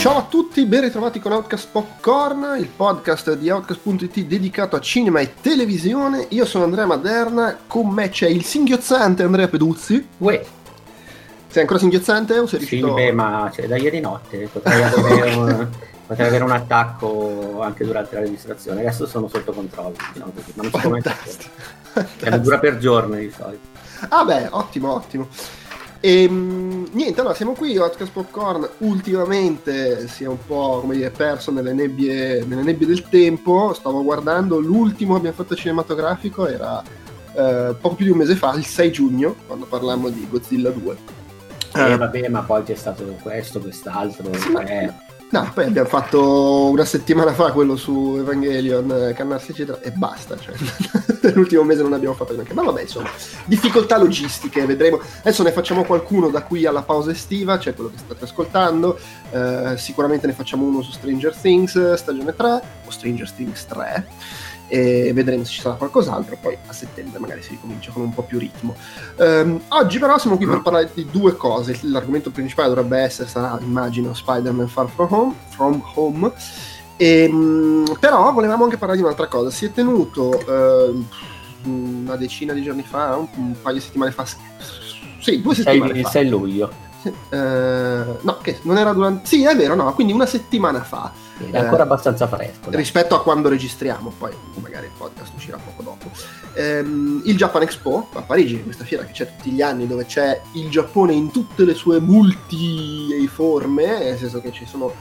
Ciao a tutti, ben ritrovati con Outcast Popcorn, il podcast di Outcast.it dedicato a cinema e televisione. Io sono Andrea Maderna, con me c'è il singhiozzante Andrea Peduzzi. Uè. Sei ancora singhiozzante o sei riuscito? Sì, ma da ieri notte potrei avere un attacco anche durante la registrazione. Adesso sono sotto controllo, diciamo così, ma non so come è. Dura per giorni di solito. Ah beh, ottimo. E niente, allora siamo qui, Outcast Popcorn ultimamente si è un po', come dire, perso nelle nebbie del tempo. Stavo guardando l'ultimo che abbiamo fatto cinematografico, era poco più di un mese fa, il 6 giugno, quando parlammo di Godzilla 2. Vabbè, ma poi c'è stato quest'altro. Sì, no, poi abbiamo fatto una settimana fa quello su Evangelion, Cannarsi eccetera, e basta, cioè l'ultimo mese non abbiamo fatto neanche, ma vabbè, insomma, difficoltà logistiche, vedremo. Adesso ne facciamo qualcuno da qui alla pausa estiva, cioè quello che state ascoltando. Sicuramente ne facciamo uno su Stranger Things stagione 3 o Stranger Things 3 e vedremo se ci sarà qualcos'altro. Poi a settembre magari si ricomincia con un po' più ritmo. Oggi però siamo qui per parlare di due cose. L'argomento principale sarà, immagino, Spider-Man Far From Home. Però volevamo anche parlare di un'altra cosa. Si è tenuto una decina di giorni fa, un paio di settimane fa, sì, 2 settimane fa, il 6 luglio. No, che non era durante... Sì, è vero, no, quindi una settimana fa. È ancora abbastanza fresco. Rispetto a quando registriamo, poi magari il podcast uscirà poco dopo. Il Japan Expo a Parigi, questa fiera che c'è tutti gli anni, dove c'è il Giappone in tutte le sue multiforme, nel senso che ci sono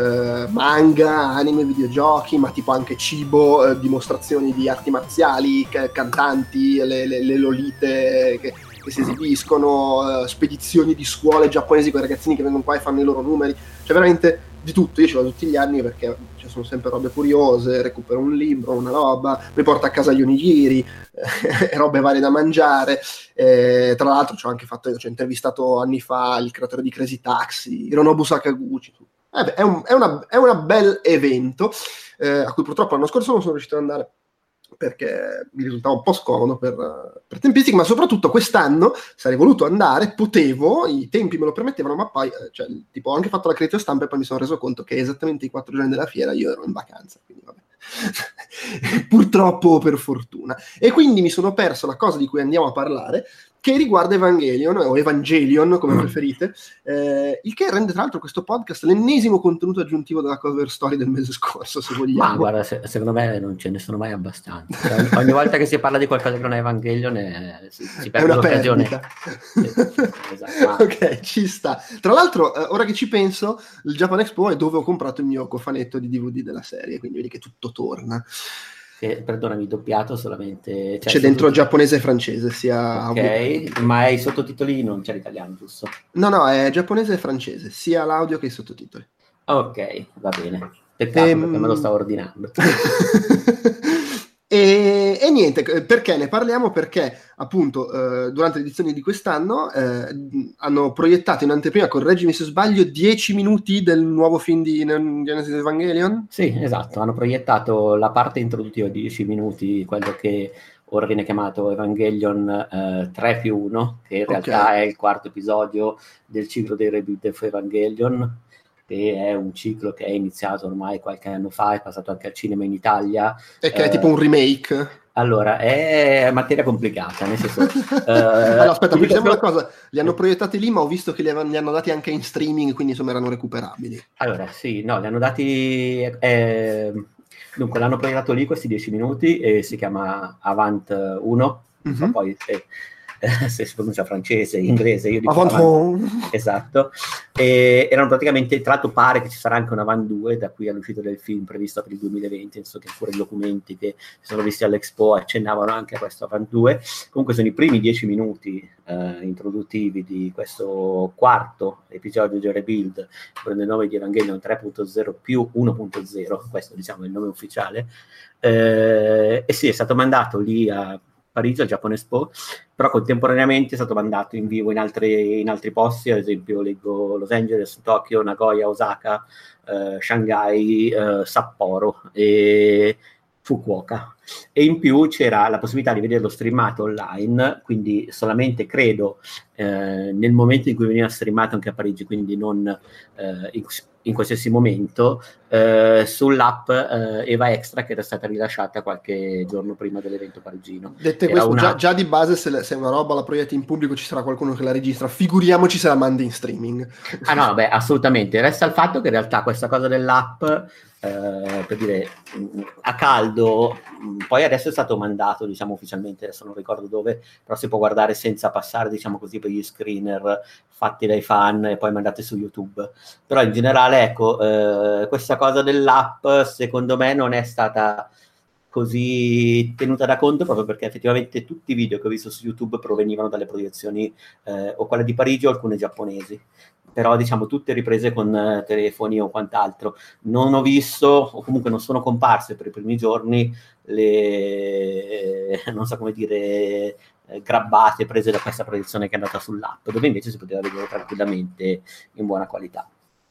manga, anime, videogiochi, ma tipo anche cibo, dimostrazioni di arti marziali, cantanti, le lolite che si esibiscono, spedizioni di scuole giapponesi con i ragazzini che vengono qua e fanno i loro numeri, cioè veramente di tutto. Io ci vado tutti gli anni perché ci sono sempre robe curiose, recupero un libro, una roba, mi porto a casa gli onigiri, robe varie da mangiare. Tra l'altro ci ho intervistato anni fa il creatore di Crazy Taxi, Hironobu Sakaguchi. È una bel evento a cui purtroppo l'anno scorso non sono riuscito ad andare perché mi risultava un po' scomodo per tempistiche, ma soprattutto quest'anno sarei voluto andare, potevo, i tempi me lo permettevano, ma poi tipo ho anche fatto la credito stampa e poi mi sono reso conto che esattamente i 4 giorni della fiera io ero in vacanza, quindi vabbè. Purtroppo, per fortuna. E quindi mi sono perso la cosa di cui andiamo a parlare, che riguarda Evangelion, o Evangelion come preferite, il che rende tra l'altro questo podcast l'ennesimo contenuto aggiuntivo della cover story del mese scorso, se vogliamo. Ma guarda, secondo me non ce ne sono mai abbastanza. Ogni volta che si parla di qualcosa che non è Evangelion si perde l'occasione. Esatto. Ok, ci sta. Tra l'altro, ora che ci penso, il Japan Expo è dove ho comprato il mio cofanetto di DVD della serie, quindi vedi che tutto torna. Perdonami, doppiato solamente. C'è dentro giapponese e francese, sia ok, ma ai sottotitoli non c'è l'italiano, giusto? No, è giapponese e francese, sia l'audio che i sottotitoli. Ok, va bene. Peccato perché me lo stavo ordinando. E niente, perché ne parliamo? Perché appunto durante le edizioni di quest'anno hanno proiettato in anteprima, correggimi se sbaglio, 10 minuti del nuovo film di Genesis Evangelion? Sì, esatto, hanno proiettato la parte introduttiva di 10 minuti, quello che ora viene chiamato Evangelion 3+1, che in realtà è il quarto episodio del ciclo dei reboot of Evangelion, che è un ciclo che è iniziato ormai qualche anno fa, è passato anche al cinema in Italia. E che è tipo un remake? Allora, è materia complicata, nel senso... allora, aspetta, diciamo una cosa, li hanno proiettati lì, ma ho visto che li hanno dati anche in streaming, quindi insomma erano recuperabili. Allora, sì, no, li hanno dati... dunque, l'hanno proiettato lì questi 10 minuti e si chiama Avant 1, non so poi se si pronuncia francese, inglese, io dico Avant. Esatto, e erano praticamente, tra l'altro pare che ci sarà anche un Avant 2 da qui all'uscita del film previsto per il 2020, so che fuori i documenti che si sono visti all'Expo accennavano anche a questo Avant 2. Comunque sono i primi 10 minuti introduttivi di questo quarto episodio di Rebuild, che prende il nome di Evangelion 3.0 più 1.0, questo diciamo è il nome ufficiale, e sì, è stato mandato lì a Parigi, al Japan Expo, però contemporaneamente è stato mandato in vivo in altri posti, ad esempio leggo Los Angeles, Tokyo, Nagoya, Osaka, Shanghai, Sapporo e Fukuoka. E in più c'era la possibilità di vederlo streamato online, quindi solamente credo nel momento in cui veniva streamato anche a Parigi, quindi non in qualsiasi momento sull'app Eva Extra, che era stata rilasciata qualche giorno prima dell'evento parigino. Dette questo, già di base se una roba la proietti in pubblico ci sarà qualcuno che la registra, figuriamoci se la mandi in streaming. Ah no, beh, assolutamente. Resta il fatto che in realtà questa cosa dell'app, per dire, a caldo, poi adesso è stato mandato, diciamo, ufficialmente, adesso non ricordo dove, però si può guardare senza passare, diciamo così, per gli screener fatti dai fan e poi mandati su YouTube. Però in generale, ecco, questa cosa dell'app, secondo me, non è stata così tenuta da conto, proprio perché effettivamente tutti i video che ho visto su YouTube provenivano dalle proiezioni o quelle di Parigi o alcune giapponesi, però diciamo tutte riprese con telefoni o quant'altro. Non ho visto, o comunque non sono comparse per i primi giorni, le, non so come dire, grabbate prese da questa proiezione che è andata sull'app, dove invece si poteva vedere tranquillamente in buona qualità.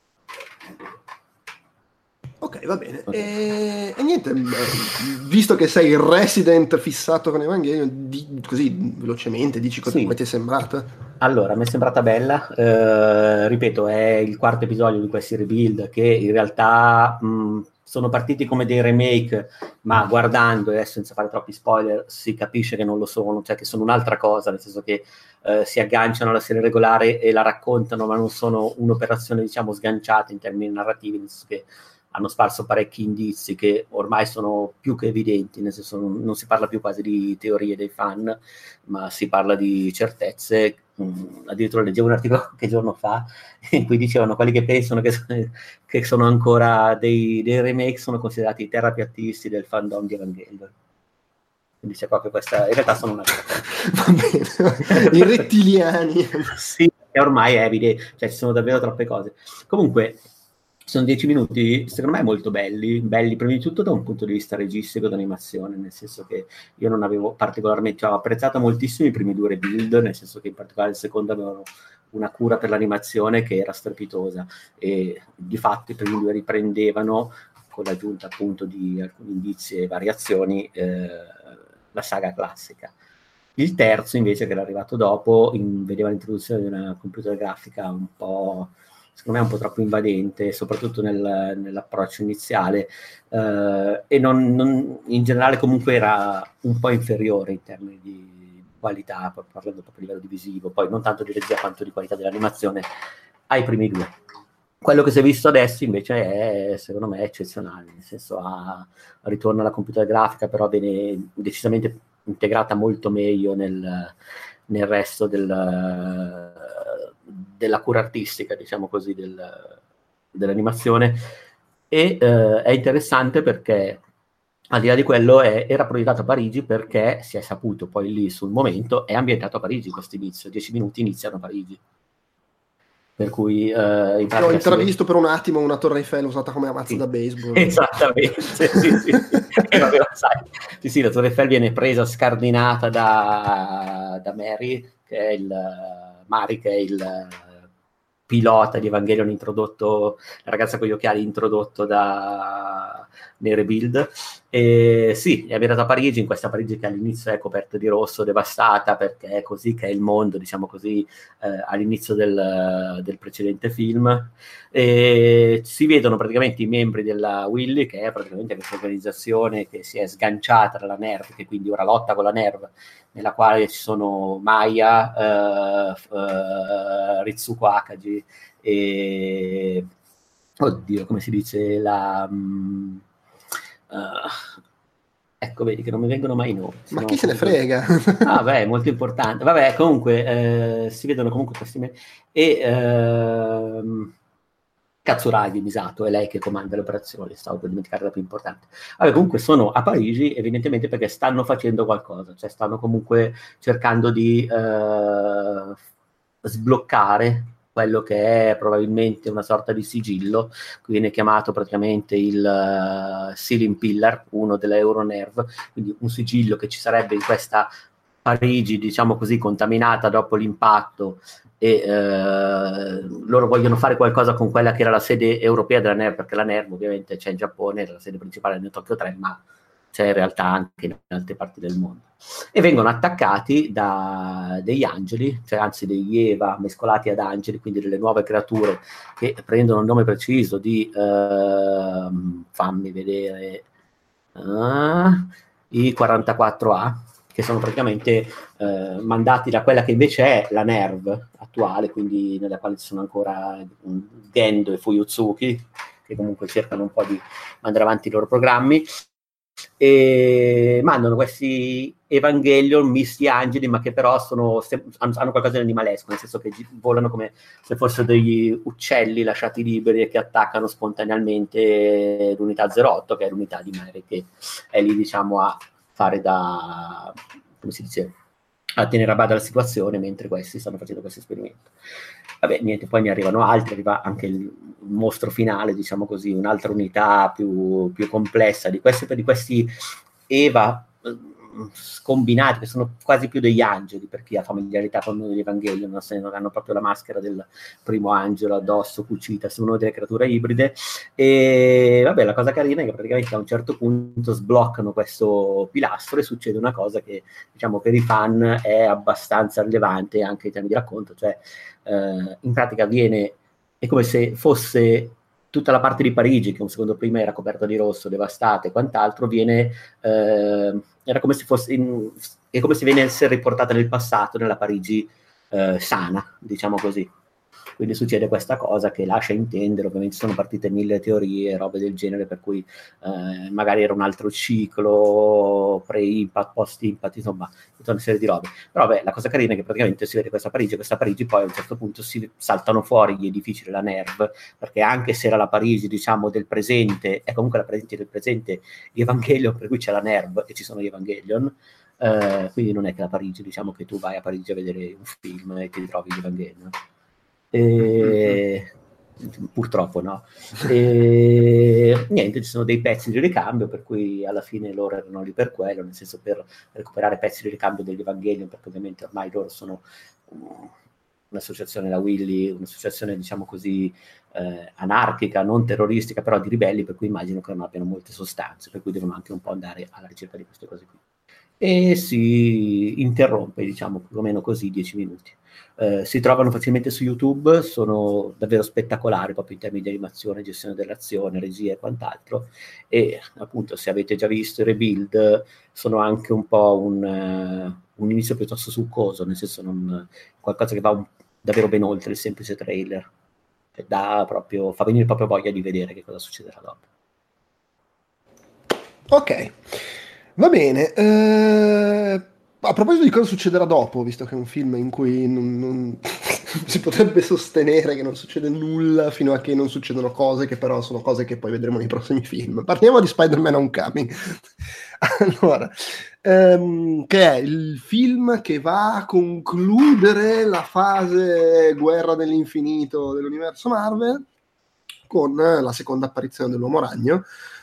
Ok, va bene. E niente, visto che sei il resident fissato con Evangelion, così velocemente dici come ti è sembrata? Allora, mi è sembrata bella, ripeto, è il quarto episodio di questi rebuild che in realtà sono partiti come dei remake, ma guardando, e senza fare troppi spoiler, si capisce che non lo sono, cioè che sono un'altra cosa, nel senso che si agganciano alla serie regolare e la raccontano, ma non sono un'operazione, diciamo, sganciata in termini narrativi, nel senso che hanno sparso parecchi indizi che ormai sono più che evidenti, nel senso non si parla più quasi di teorie dei fan, ma si parla di certezze. Addirittura leggevo un articolo qualche giorno fa in cui dicevano quelli che pensano che sono ancora dei remake sono considerati i terrapiattisti del fandom di Evangelion. Quindi c'è proprio questa, in realtà sono una va bene, i rettiliani. Sì, e ormai è evidente, cioè ci sono davvero troppe cose. Comunque sono 10 minuti, secondo me, molto belli prima di tutto da un punto di vista registico, d'animazione, nel senso che io non avevo particolarmente, cioè, ho apprezzato moltissimo i primi due rebuild, nel senso che in particolare il secondo avevano una cura per l'animazione che era strepitosa, e di fatto i primi due riprendevano, con l'aggiunta appunto di alcuni indizi e variazioni, la saga classica. Il terzo invece, che era arrivato dopo, vedeva l'introduzione di una computer grafica un po', secondo me un po' troppo invadente, soprattutto nell'approccio iniziale, e in generale comunque era un po' inferiore in termini di qualità, parlando proprio a livello di visivo, poi non tanto di regia quanto di qualità dell'animazione, ai primi due. Quello che si è visto adesso invece è, secondo me, eccezionale, nel senso ritorna alla computer grafica, però viene decisamente integrata molto meglio nel resto della cura artistica, diciamo così, dell'animazione, e è interessante perché al di là di quello era proiettato a Parigi, perché si è saputo poi lì sul momento è ambientato a Parigi questo inizio, 10 minuti iniziano a Parigi. Per cui in ho intravisto per un attimo una Torre Eiffel usata come mazzo da baseball. Esattamente, sì. E vabbè, sai, sì, la Torre Eiffel viene presa scardinata da Mary, che è Mari, che è il pilota di Evangelion introdotto, la ragazza con gli occhiali introdotto nei rebuild. E sì, è ambientata a Parigi, in questa Parigi che all'inizio è coperta di rosso, devastata, perché è così che è il mondo, diciamo così, all'inizio del precedente film. E si vedono praticamente i membri della Willy, che è praticamente questa organizzazione che si è sganciata dalla NERV, che quindi ora lotta con la NERV, nella quale ci sono Maya, Ritsuko Akagi e oddio, come si dice, ecco, vedi che non mi vengono mai i nomi. Ma chi se ne frega? Ah, beh, è molto importante. Vabbè, comunque si vedono comunque questi e Katsuragi Misato è lei che comanda le operazioni, stavo per dimenticare la più importante. Vabbè, comunque sono a Parigi evidentemente perché stanno facendo qualcosa, cioè stanno comunque cercando di sbloccare quello che è probabilmente una sorta di sigillo, che viene chiamato praticamente il Sealing Pillar, uno della Euronerv, quindi un sigillo che ci sarebbe in questa Parigi, diciamo così, contaminata dopo l'impatto, e loro vogliono fare qualcosa con quella che era la sede europea della NERV, perché la NERV ovviamente c'è in Giappone, la sede principale è nel Tokyo 3, ma c'è in realtà anche in altre parti del mondo. E vengono attaccati da degli angeli, cioè anzi degli Eva mescolati ad angeli, quindi delle nuove creature che prendono il nome preciso di, fammi vedere, i 44A, che sono praticamente mandati da quella che invece è la NERV attuale, quindi nella quale ci sono ancora Gendo e Fuyutsuki, che comunque cercano un po' di mandare avanti i loro programmi, e mandano questi Evangelion misti angeli, ma che però hanno qualcosa di animalesco, nel senso che volano come se fossero degli uccelli lasciati liberi e che attaccano spontaneamente l'unità 08, che è l'unità di Mary, che è lì, diciamo, a fare da, come si dice, a tenere a bada la situazione mentre questi stanno facendo questo esperimento. Vabbè, niente, poi ne arrivano altri, arriva anche il mostro finale, diciamo così, un'altra unità più complessa di questi Eva scombinati, che sono quasi più degli angeli, per chi ha familiarità con gli Evangelion, non hanno proprio la maschera del primo angelo addosso cucita, sono delle creature ibride. E vabbè, la cosa carina è che praticamente a un certo punto sbloccano questo pilastro e succede una cosa che, diciamo, per i fan è abbastanza rilevante anche in termini di racconto, cioè in pratica è come se fosse tutta la parte di Parigi, che un secondo prima era coperta di rosso, devastata e quant'altro, era come se fosse è come se venisse riportata nel passato, nella Parigi sana, diciamo così. Quindi succede questa cosa che lascia intendere, ovviamente sono partite 1000 teorie, robe del genere, per cui magari era un altro ciclo, pre-impact, post-impact, insomma, tutta una serie di robe. Però beh, la cosa carina è che praticamente si vede questa Parigi poi a un certo punto si saltano fuori gli edifici della NERV, perché anche se era la Parigi, diciamo, del presente, è comunque la Parigi del presente di Evangelion, per cui c'è la NERV e ci sono gli Evangelion, quindi non è che la Parigi, diciamo che tu vai a Parigi a vedere un film e ti ritrovi gli Evangelion. Purtroppo no. Niente, ci sono dei pezzi di ricambio, per cui alla fine loro erano lì per quello, nel senso per recuperare pezzi di ricambio degli Evangelion, perché ovviamente ormai loro sono un'associazione, la Willy, un'associazione, diciamo così, anarchica, non terroristica, però di ribelli, per cui immagino che non abbiano molte sostanze, per cui devono anche un po' andare alla ricerca di queste cose qui. E si interrompe, diciamo, più o meno così, 10 minuti. Si trovano facilmente su YouTube, sono davvero spettacolari proprio in termini di animazione, gestione dell'azione, regia e quant'altro, e appunto, se avete già visto i Rebuild, sono anche un po' un inizio piuttosto succoso, nel senso qualcosa che va davvero ben oltre il semplice trailer, fa venire proprio voglia di vedere che cosa succederà dopo. Ok, va bene. A proposito di cosa succederà dopo, visto che è un film in cui non si potrebbe sostenere che non succede nulla fino a che non succedono cose, che però sono cose che poi vedremo nei prossimi film. Parliamo di Spider-Man Homecoming. Allora, che è il film che va a concludere la fase Guerra dell'Infinito dell'universo Marvel con la seconda apparizione dell'Uomo Ragno.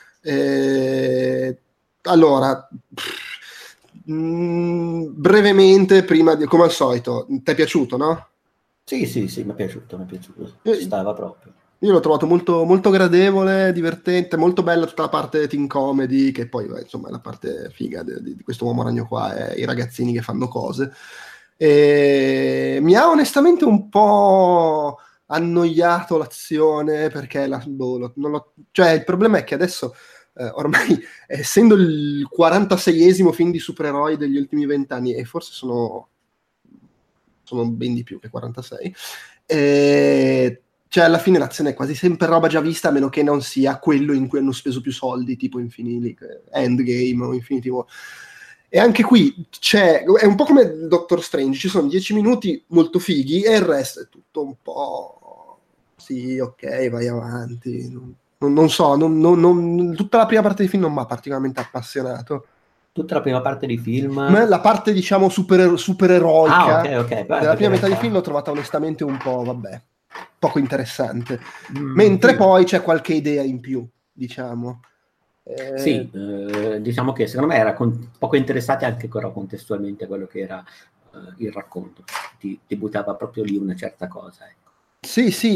Allora, brevemente, prima di, come al solito, ti è piaciuto, no? Sì, mi è piaciuto, ci stava proprio. Io l'ho trovato molto, molto gradevole, divertente, molto bella tutta la parte teen comedy, che poi, insomma, è la parte figa di questo Uomo Ragno qua, è i ragazzini che fanno cose. E mi ha onestamente un po' annoiato l'azione, perché cioè, il problema è che adesso ormai, essendo il 46esimo film di supereroi degli ultimi 20 anni, e forse sono ben di più che 46, cioè alla fine l'azione è quasi sempre roba già vista, a meno che non sia quello in cui hanno speso più soldi, tipo Endgame o Infinity War. E anche qui è un po' come Doctor Strange, ci sono 10 minuti molto fighi e il resto è tutto un po' sì, ok, vai avanti. Non so, tutta la prima parte del film non mi ha particolarmente appassionato. Tutta la prima parte di film? La parte, diciamo, supereroica ok. della prima metà di film l'ho trovata onestamente un po', poco interessante. Mentre poi c'è qualche idea in più, diciamo. Sì, diciamo che secondo me era poco interessati anche però contestualmente a quello che era il racconto. Ti buttava proprio lì una certa cosa, ecco. Sì,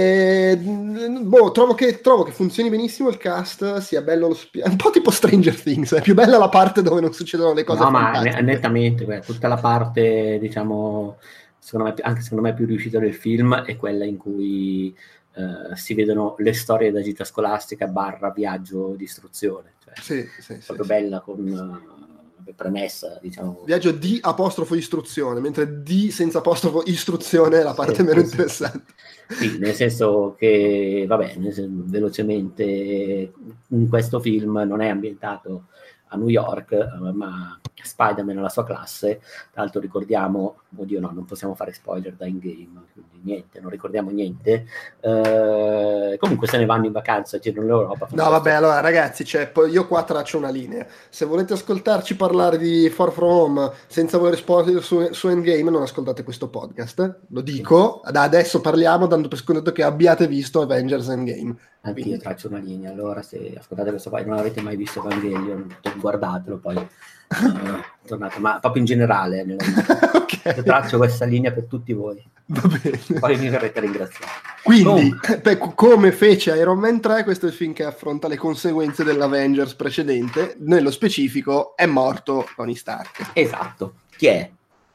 trovo che funzioni benissimo il cast, sia bello un po' tipo Stranger Things, è più bella la parte dove non succedono le cose fantastiche. Ma nettamente, tutta la parte, diciamo, anche secondo me più riuscita del film è quella in cui si vedono le storie da gita scolastica / viaggio di istruzione, cioè, proprio bella con premessa, diciamo. Viaggio di apostrofo istruzione, mentre di senza apostrofo istruzione è la parte meno interessante. Sì, nel senso che, velocemente, in questo film non è ambientato a New York, ma Spider-Man e la sua classe. Tra l'altro ricordiamo, oddio no, non possiamo fare spoiler da in-game, quindi niente, non ricordiamo niente. Comunque se ne vanno in vacanza, girano l'Europa. No, vabbè, allora ragazzi, io qua traccio una linea. Se volete ascoltarci parlare di Far From Home senza voler spoiler su Endgame, non ascoltate questo podcast. Lo dico, da adesso parliamo dando per scontato che abbiate visto Avengers Endgame. Anch'io traccio una linea, allora se ascoltate questo qua e non avete mai visto Evangelion, guardatelo, poi tornate, ma proprio in generale Okay. Traccio questa linea per tutti voi. Va bene. Poi mi verrete a ringraziare. Quindi, come fece Iron Man 3, questo è il film che affronta le conseguenze dell'Avengers precedente. Nello specifico è morto Tony Stark. Esatto. Chi è?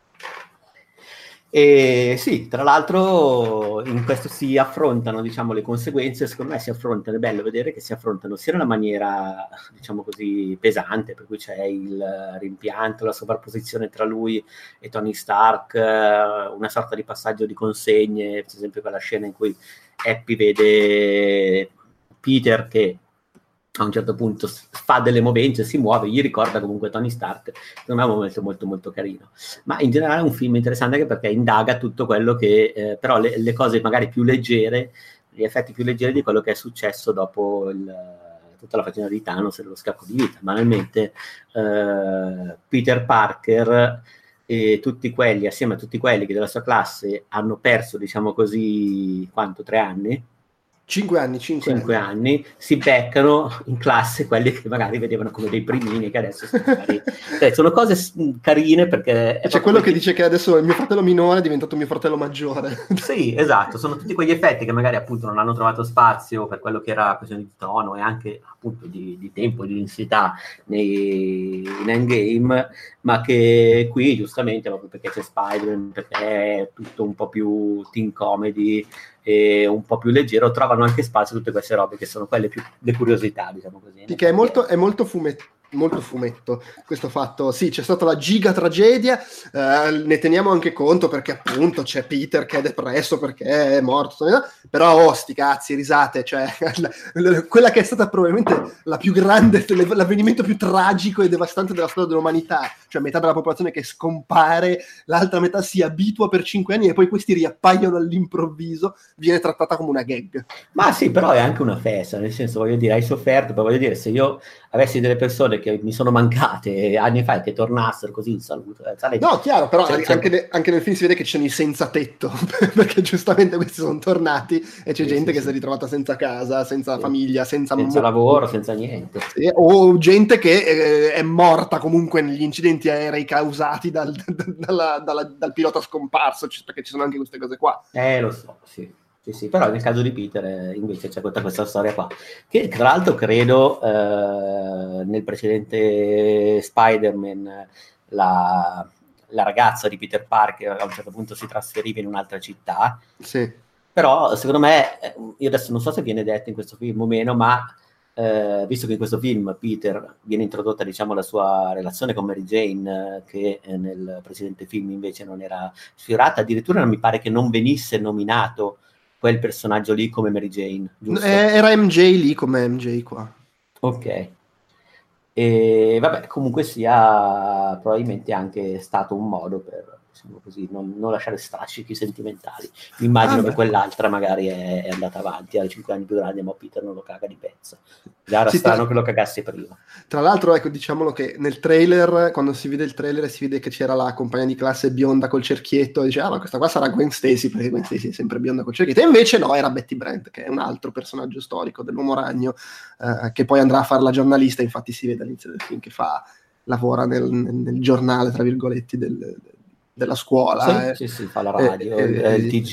E sì, tra l'altro in questo si affrontano, diciamo, le conseguenze. Secondo me si affrontano, è bello vedere che si affrontano sia in una maniera, diciamo così, pesante, per cui c'è il rimpianto, la sovrapposizione tra lui e Tony Stark, una sorta di passaggio di consegne, per esempio quella scena in cui Happy vede Peter che a un certo punto fa delle movenze, si muove, gli ricorda comunque Tony Stark. Secondo me è un momento molto molto carino, ma in generale è un film interessante anche perché indaga tutto quello che però le cose magari più leggere, gli effetti più leggeri di quello che è successo dopo tutta la faccenda di Thanos e dello scacco di vita. Banalmente Peter Parker e tutti quelli, assieme a tutti quelli che della sua classe hanno perso, diciamo così, 3 anni? 5 anni, si beccano in classe quelli che magari vedevano come dei primini, che adesso sono magari sono cose carine, perché c'è quello che dice che adesso il mio fratello minore è diventato mio fratello maggiore. Sì, esatto, sono tutti quegli effetti che magari appunto non hanno trovato spazio per quello che era questione di tono e anche appunto di tempo, di densità in Endgame, ma che qui giustamente, proprio perché c'è Spider-Man, perché è tutto un po' più teen comedy e un po' più leggero, trovano anche spazio tutte queste robe che sono quelle più le curiosità, diciamo così. Che è molto fumetto questo fatto. Sì, c'è stata la giga tragedia, ne teniamo anche conto perché appunto c'è Peter che è depresso perché è morto, però sti cazzi, risate, cioè quella che è stata probabilmente la più grande, l'avvenimento più tragico e devastante della storia dell'umanità, cioè metà della popolazione che scompare, l'altra metà si abitua per 5 anni e poi questi riappaiono all'improvviso, viene trattata come una gag. Ma sì, però è anche una festa, nel senso, voglio dire, hai sofferto, però voglio dire, se io avessi delle persone che mi sono mancate anni fa e che tornassero così in salute, no, chiaro, però anche nel film si vede che ci sono i senza tetto perché giustamente questi sono tornati e c'è gente che si è ritrovata senza casa, senza famiglia, senza lavoro, senza niente, o gente che è morta comunque negli incidenti aerei causati dal pilota scomparso, perché ci sono anche queste cose qua. Lo so, sì, però nel caso di Peter invece c'è questa storia qua, che tra l'altro credo nel precedente Spider-Man la ragazza di Peter Parker a un certo punto si trasferiva in un'altra città, sì. Però secondo me, io adesso non so se viene detto in questo film o meno, ma visto che in questo film Peter viene introdotta, diciamo, la sua relazione con Mary Jane, che nel precedente film invece non era sfiorata, addirittura non mi pare che non venisse nominato quel personaggio lì come Mary Jane, giusto? Era MJ lì come MJ qua. Ok. E vabbè, comunque sia probabilmente anche stato un modo per, diciamo così, non lasciare strascichi sentimentali. Mi immagino che quell'altra magari è andata avanti, ha 5 anni più grande, ma Peter non lo caga di pezza. Già era strano che lo cagasse prima. Tra l'altro, ecco, diciamolo che nel trailer, quando si vede il trailer, si vede che c'era la compagna di classe bionda col cerchietto, e dice, ma questa qua sarà Gwen Stacy, perché Gwen Stacy è sempre bionda col cerchietto, e invece no, era Betty Brant, che è un altro personaggio storico dell'Uomo Ragno, che poi andrà a fare la giornalista, infatti si vede all'inizio del film che lavora nel giornale, tra virgoletti, della scuola. Sì, fa la radio, il TG.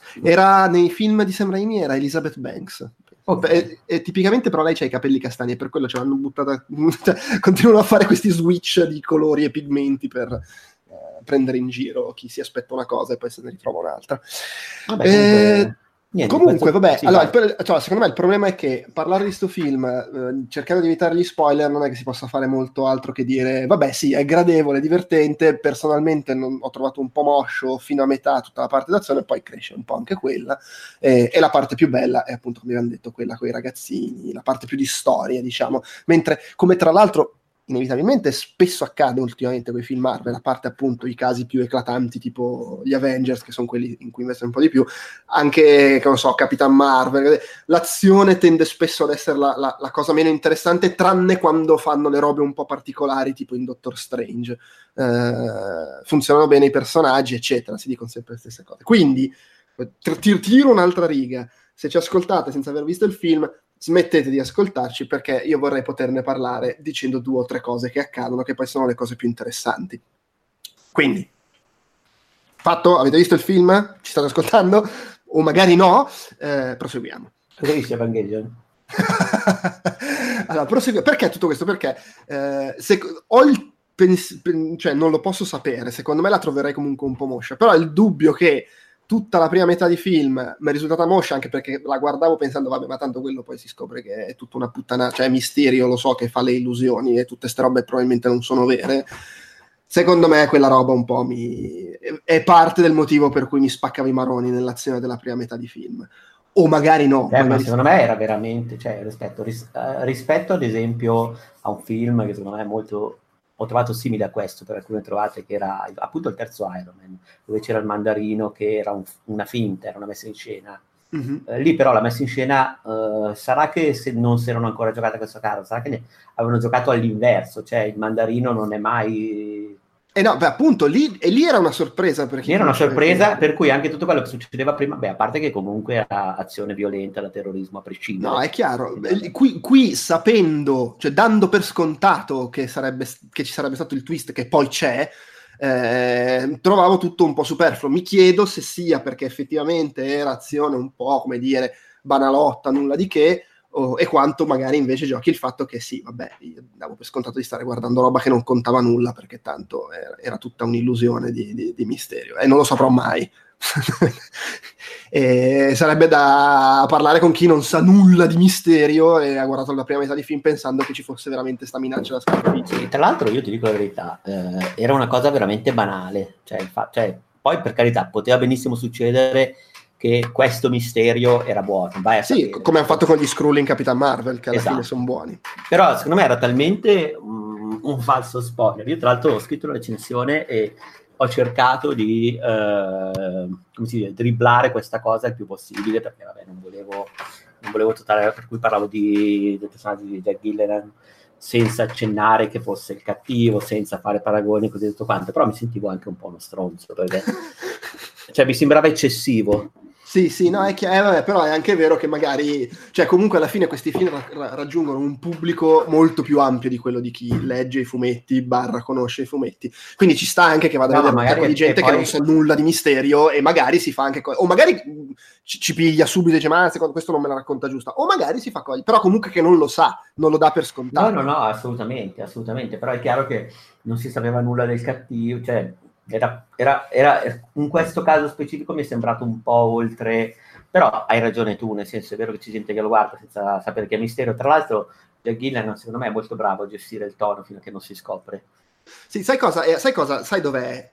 Era nei film di Sam Raimi, era Elizabeth Banks. Okay. E tipicamente però lei c'ha i capelli castani e per quello ce l'hanno buttata. Continuano a fare questi switch di colori e pigmenti per prendere in giro chi si aspetta una cosa e poi se ne ritrova un'altra. Vabbè, comunque vabbè, sì, allora, secondo me il problema è che parlare di sto film cercando di evitare gli spoiler non è che si possa fare molto altro che dire vabbè sì, è gradevole, divertente, personalmente ho trovato un po' moscio fino a metà tutta la parte d'azione, poi cresce un po' anche quella, e la parte più bella è appunto, come abbiamo detto, quella con i ragazzini, la parte più di storia, diciamo, mentre come tra l'altro inevitabilmente spesso accade ultimamente con i film Marvel, a parte appunto i casi più eclatanti tipo gli Avengers, che sono quelli in cui investono un po' di più, anche, che non so, Capitan Marvel, l'azione tende spesso ad essere la cosa meno interessante, tranne quando fanno le robe un po' particolari, tipo in Doctor Strange. Funzionano bene i personaggi, eccetera, si dicono sempre le stesse cose. Quindi, tiro un'altra riga. Se ci ascoltate senza aver visto il film, smettete di ascoltarci, perché io vorrei poterne parlare dicendo 2 o 3 cose che accadono, che poi sono le cose più interessanti. Quindi, fatto? Avete visto il film? Ci state ascoltando? O magari no? Proseguiamo. Cosa hai visto Evangelion? Allora, perché tutto questo? Perché cioè non lo posso sapere, secondo me la troverei comunque un po' moscia, però il dubbio che tutta la prima metà di film mi è risultata moscia, anche perché la guardavo pensando vabbè, ma tanto quello poi si scopre che è tutta una puttana, cioè Mysterio lo so che fa le illusioni e tutte ste robe probabilmente non sono vere. Secondo me quella roba un po' è parte del motivo per cui mi spaccava i maroni nell'azione della prima metà di film. O magari no. Ma secondo me era veramente, cioè rispetto ad esempio a un film che secondo me è molto, ho trovato simile a questo, per alcune trovate, che era appunto il terzo Iron Man, dove c'era il mandarino che era una finta, era una messa in scena. Mm-hmm. Lì però la messa in scena sarà che non si erano ancora giocate a questo caso, sarà che ne avevano giocato all'inverso, cioè il mandarino non è mai... no, beh, appunto, lì era una sorpresa. Lì era una sorpresa, per cui anche tutto quello che succedeva prima, beh, a parte che comunque era azione violenta da terrorismo a prescindere. No, è chiaro. Qui sapendo, cioè dando per scontato che ci sarebbe stato il twist che poi c'è, trovavo tutto un po' superfluo. Mi chiedo se sia perché effettivamente era azione un po', come dire, banalotta, nulla di che, e quanto magari invece giochi il fatto che sì, vabbè, io davo per scontato di stare guardando roba che non contava nulla, perché tanto era tutta un'illusione di Mysterio, e non lo saprò mai. E sarebbe da parlare con chi non sa nulla di Mysterio e ha guardato la prima metà di film pensando che ci fosse veramente sta minaccia da sconfiggere. Sì, tra l'altro io ti dico la verità, era una cosa veramente banale, cioè, poi per carità poteva benissimo succedere che questo Mysterio era buono. Sì, come hanno fatto con gli Skrull in Capitan Marvel, che alla fine sono buoni. Però secondo me era talmente un falso spoiler. Io tra l'altro ho scritto una recensione e ho cercato di come si dice, dribblare questa cosa il più possibile, perché vabbè, non volevo totale, per cui parlavo del personaggio di Jack Gyllenhaal senza accennare che fosse il cattivo, senza fare paragoni e così tutto quanto, però mi sentivo anche un po' uno stronzo, perché cioè mi sembrava eccessivo. Sì, no, vabbè, però è anche vero che magari, cioè comunque alla fine questi film raggiungono un pubblico molto più ampio di quello di chi legge i fumetti / conosce i fumetti, quindi ci sta anche che vada a vedere un sacco di gente che non sa nulla di Mysterio e magari si fa anche o magari ci piglia subito e dice ma secondo questo non me la racconta giusta, o magari si fa però comunque che non lo sa, non lo dà per scontato. No, assolutamente, però è chiaro che non si sapeva nulla del cattivo, cioè era in questo caso specifico mi è sembrato un po' oltre, però hai ragione tu, nel senso è vero che c'è gente che lo guarda senza sapere che è Mysterio. Tra l'altro Jack Gyllenhaal secondo me è molto bravo a gestire il tono fino a che non si scopre. Sì, sai dov'è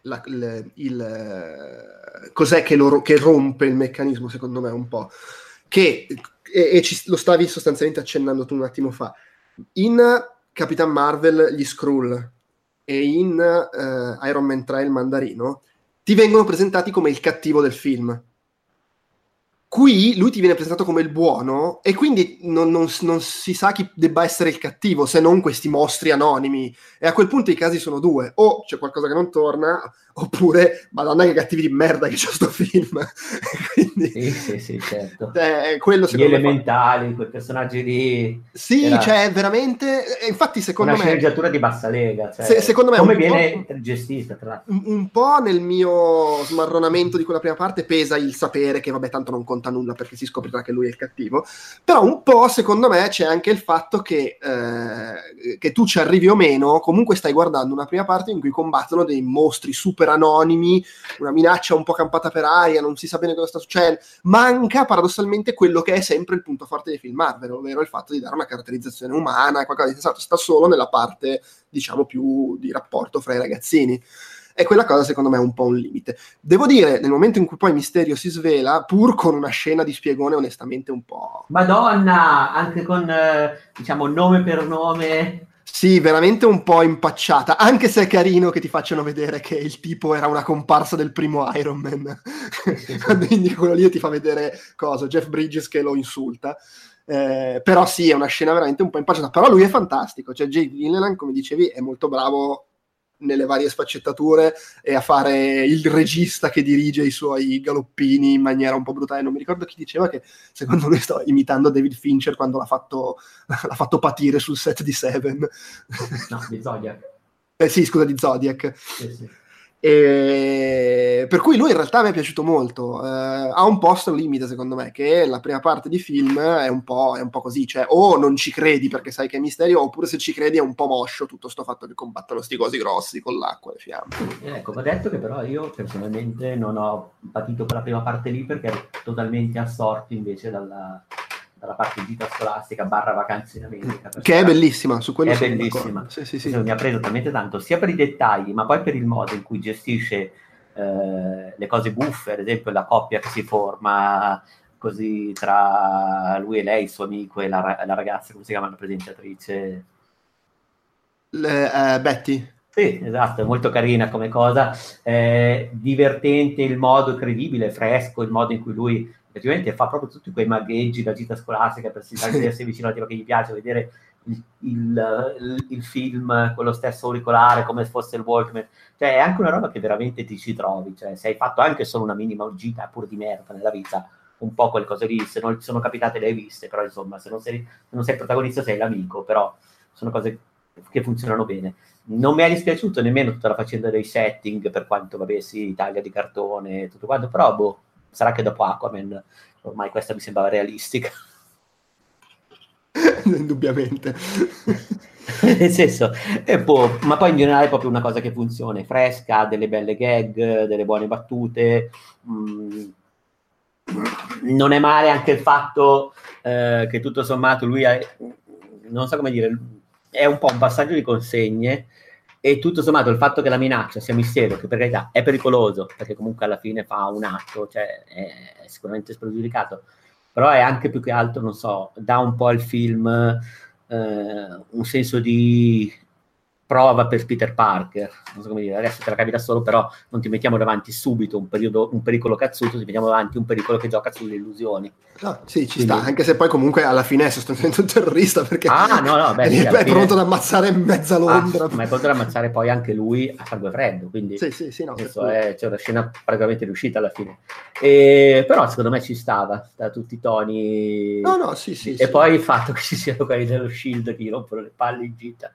cos'è che rompe il meccanismo secondo me un po', che lo stavi sostanzialmente accennando tu un attimo fa. In Capitan Marvel gli Skrull e in Iron Man 3 il mandarino ti vengono presentati come il cattivo del film. Qui lui ti viene presentato come il buono e quindi non si sa chi debba essere il cattivo, se non questi mostri anonimi. E a quel punto i casi sono due: o c'è qualcosa che non torna, oppure madonna che cattivi di merda che c'è sto film. Quindi, sì, certo. Quello Gli elementali, quei personaggi lì. Sì, cioè veramente, infatti secondo una me... sceneggiatura di bassa lega, cioè, secondo me come viene gestita, tra l'altro. Un po' nel mio smarronamento di quella prima parte pesa il sapere che vabbè tanto non conta nulla perché si scoprirà che lui è il cattivo, però un po' secondo me c'è anche il fatto che tu ci arrivi o meno, comunque stai guardando una prima parte in cui combattono dei mostri super anonimi, una minaccia un po' campata per aria, non si sa bene cosa sta succedendo. Manca paradossalmente quello che è sempre il punto forte dei film Marvel, ovvero il fatto di dare una caratterizzazione umana, qualcosa di sensato. Sta solo nella parte, diciamo, più di rapporto fra i ragazzini. E quella cosa secondo me è un po' un limite. Devo dire, nel momento in cui poi Mysterio si svela, pur con una scena di spiegone onestamente un po'... Madonna! Anche con, diciamo, nome per nome... Sì, veramente un po' impacciata, anche se è carino che ti facciano vedere che il tipo era una comparsa del primo Iron Man. Quindi quello lì ti fa vedere cosa, Jeff Bridges che lo insulta. Però sì, è una scena veramente un po' impacciata, però lui è fantastico, cioè Jake Gyllenhaal, come dicevi, è molto bravo nelle varie sfaccettature e a fare il regista che dirige i suoi galoppini in maniera un po' brutale. Non mi ricordo chi diceva che secondo lui stava imitando David Fincher quando l'ha fatto patire sul set di Seven. No, di Zodiac. Sì, scusa, di Zodiac. Sì. E per cui lui in realtà mi è piaciuto molto. Ha un po' sto limite secondo me, che la prima parte di film è un po' così, cioè o non ci credi perché sai che è Mysterio, oppure se ci credi è un po' moscio tutto sto fatto che combattono sti cosi grossi con l'acqua e le fiamme. Ecco, ho detto che però io personalmente non ho patito quella prima parte lì perché ero totalmente assorto invece dalla parte gita scolastica / vacanze in America. Che è bellissima, su quello è bellissima. Sì. Mi ha preso talmente tanto sia per i dettagli ma poi per il modo in cui gestisce le cose buffe, ad esempio la coppia che si forma così tra lui e lei, il suo amico e la ragazza, come si chiama la presentatrice? Betty. Sì, esatto, è molto carina come cosa, divertente il modo, credibile, fresco, il modo in cui lui effettivamente fa proprio tutti quei magheggi da gita scolastica per sentirsi vicino alla tipo che gli piace, vedere il film con lo stesso auricolare come se fosse il Walkman, cioè è anche una roba che veramente ti ci trovi, cioè se hai fatto anche solo una minima gita pur di merda nella vita, un po' quelle cose lì, se non sono capitate le hai viste, però insomma se non sei protagonista sei l'amico, però sono cose che funzionano bene. Non mi è dispiaciuto nemmeno tutta la faccenda dei setting, per quanto vabbè sì, taglia di cartone tutto quanto, però boh, sarà che dopo Aquaman ormai questa mi sembrava realistica. Indubbiamente. Nel senso, ma poi in generale è proprio una cosa che funziona, è fresca, ha delle belle gag, delle buone battute, non è male anche il fatto che tutto sommato lui non so come dire, è un po' un passaggio di consegne e tutto sommato il fatto che la minaccia sia Mysterio, che per carità è pericoloso perché comunque alla fine fa un atto, cioè è sicuramente spregiudicato, però è anche più che altro, non so, dà un po' al film un senso di prova per Peter Parker, non so come dire, adesso te la cavi da solo, però non ti mettiamo davanti subito un pericolo cazzuto, ti mettiamo davanti un pericolo che gioca sulle illusioni. No, sì, ci sta, anche se poi comunque alla fine è sostanzialmente un terrorista perché è pronto ad ammazzare mezza Londra. Ma è pronto ad ammazzare poi anche lui a sangue freddo, quindi sì, no, c'è una scena praticamente riuscita alla fine. Però secondo me ci stava, da tutti i toni. No, sì. E poi il fatto che ci siano quelli dello Shield che gli rompono le palle in gita.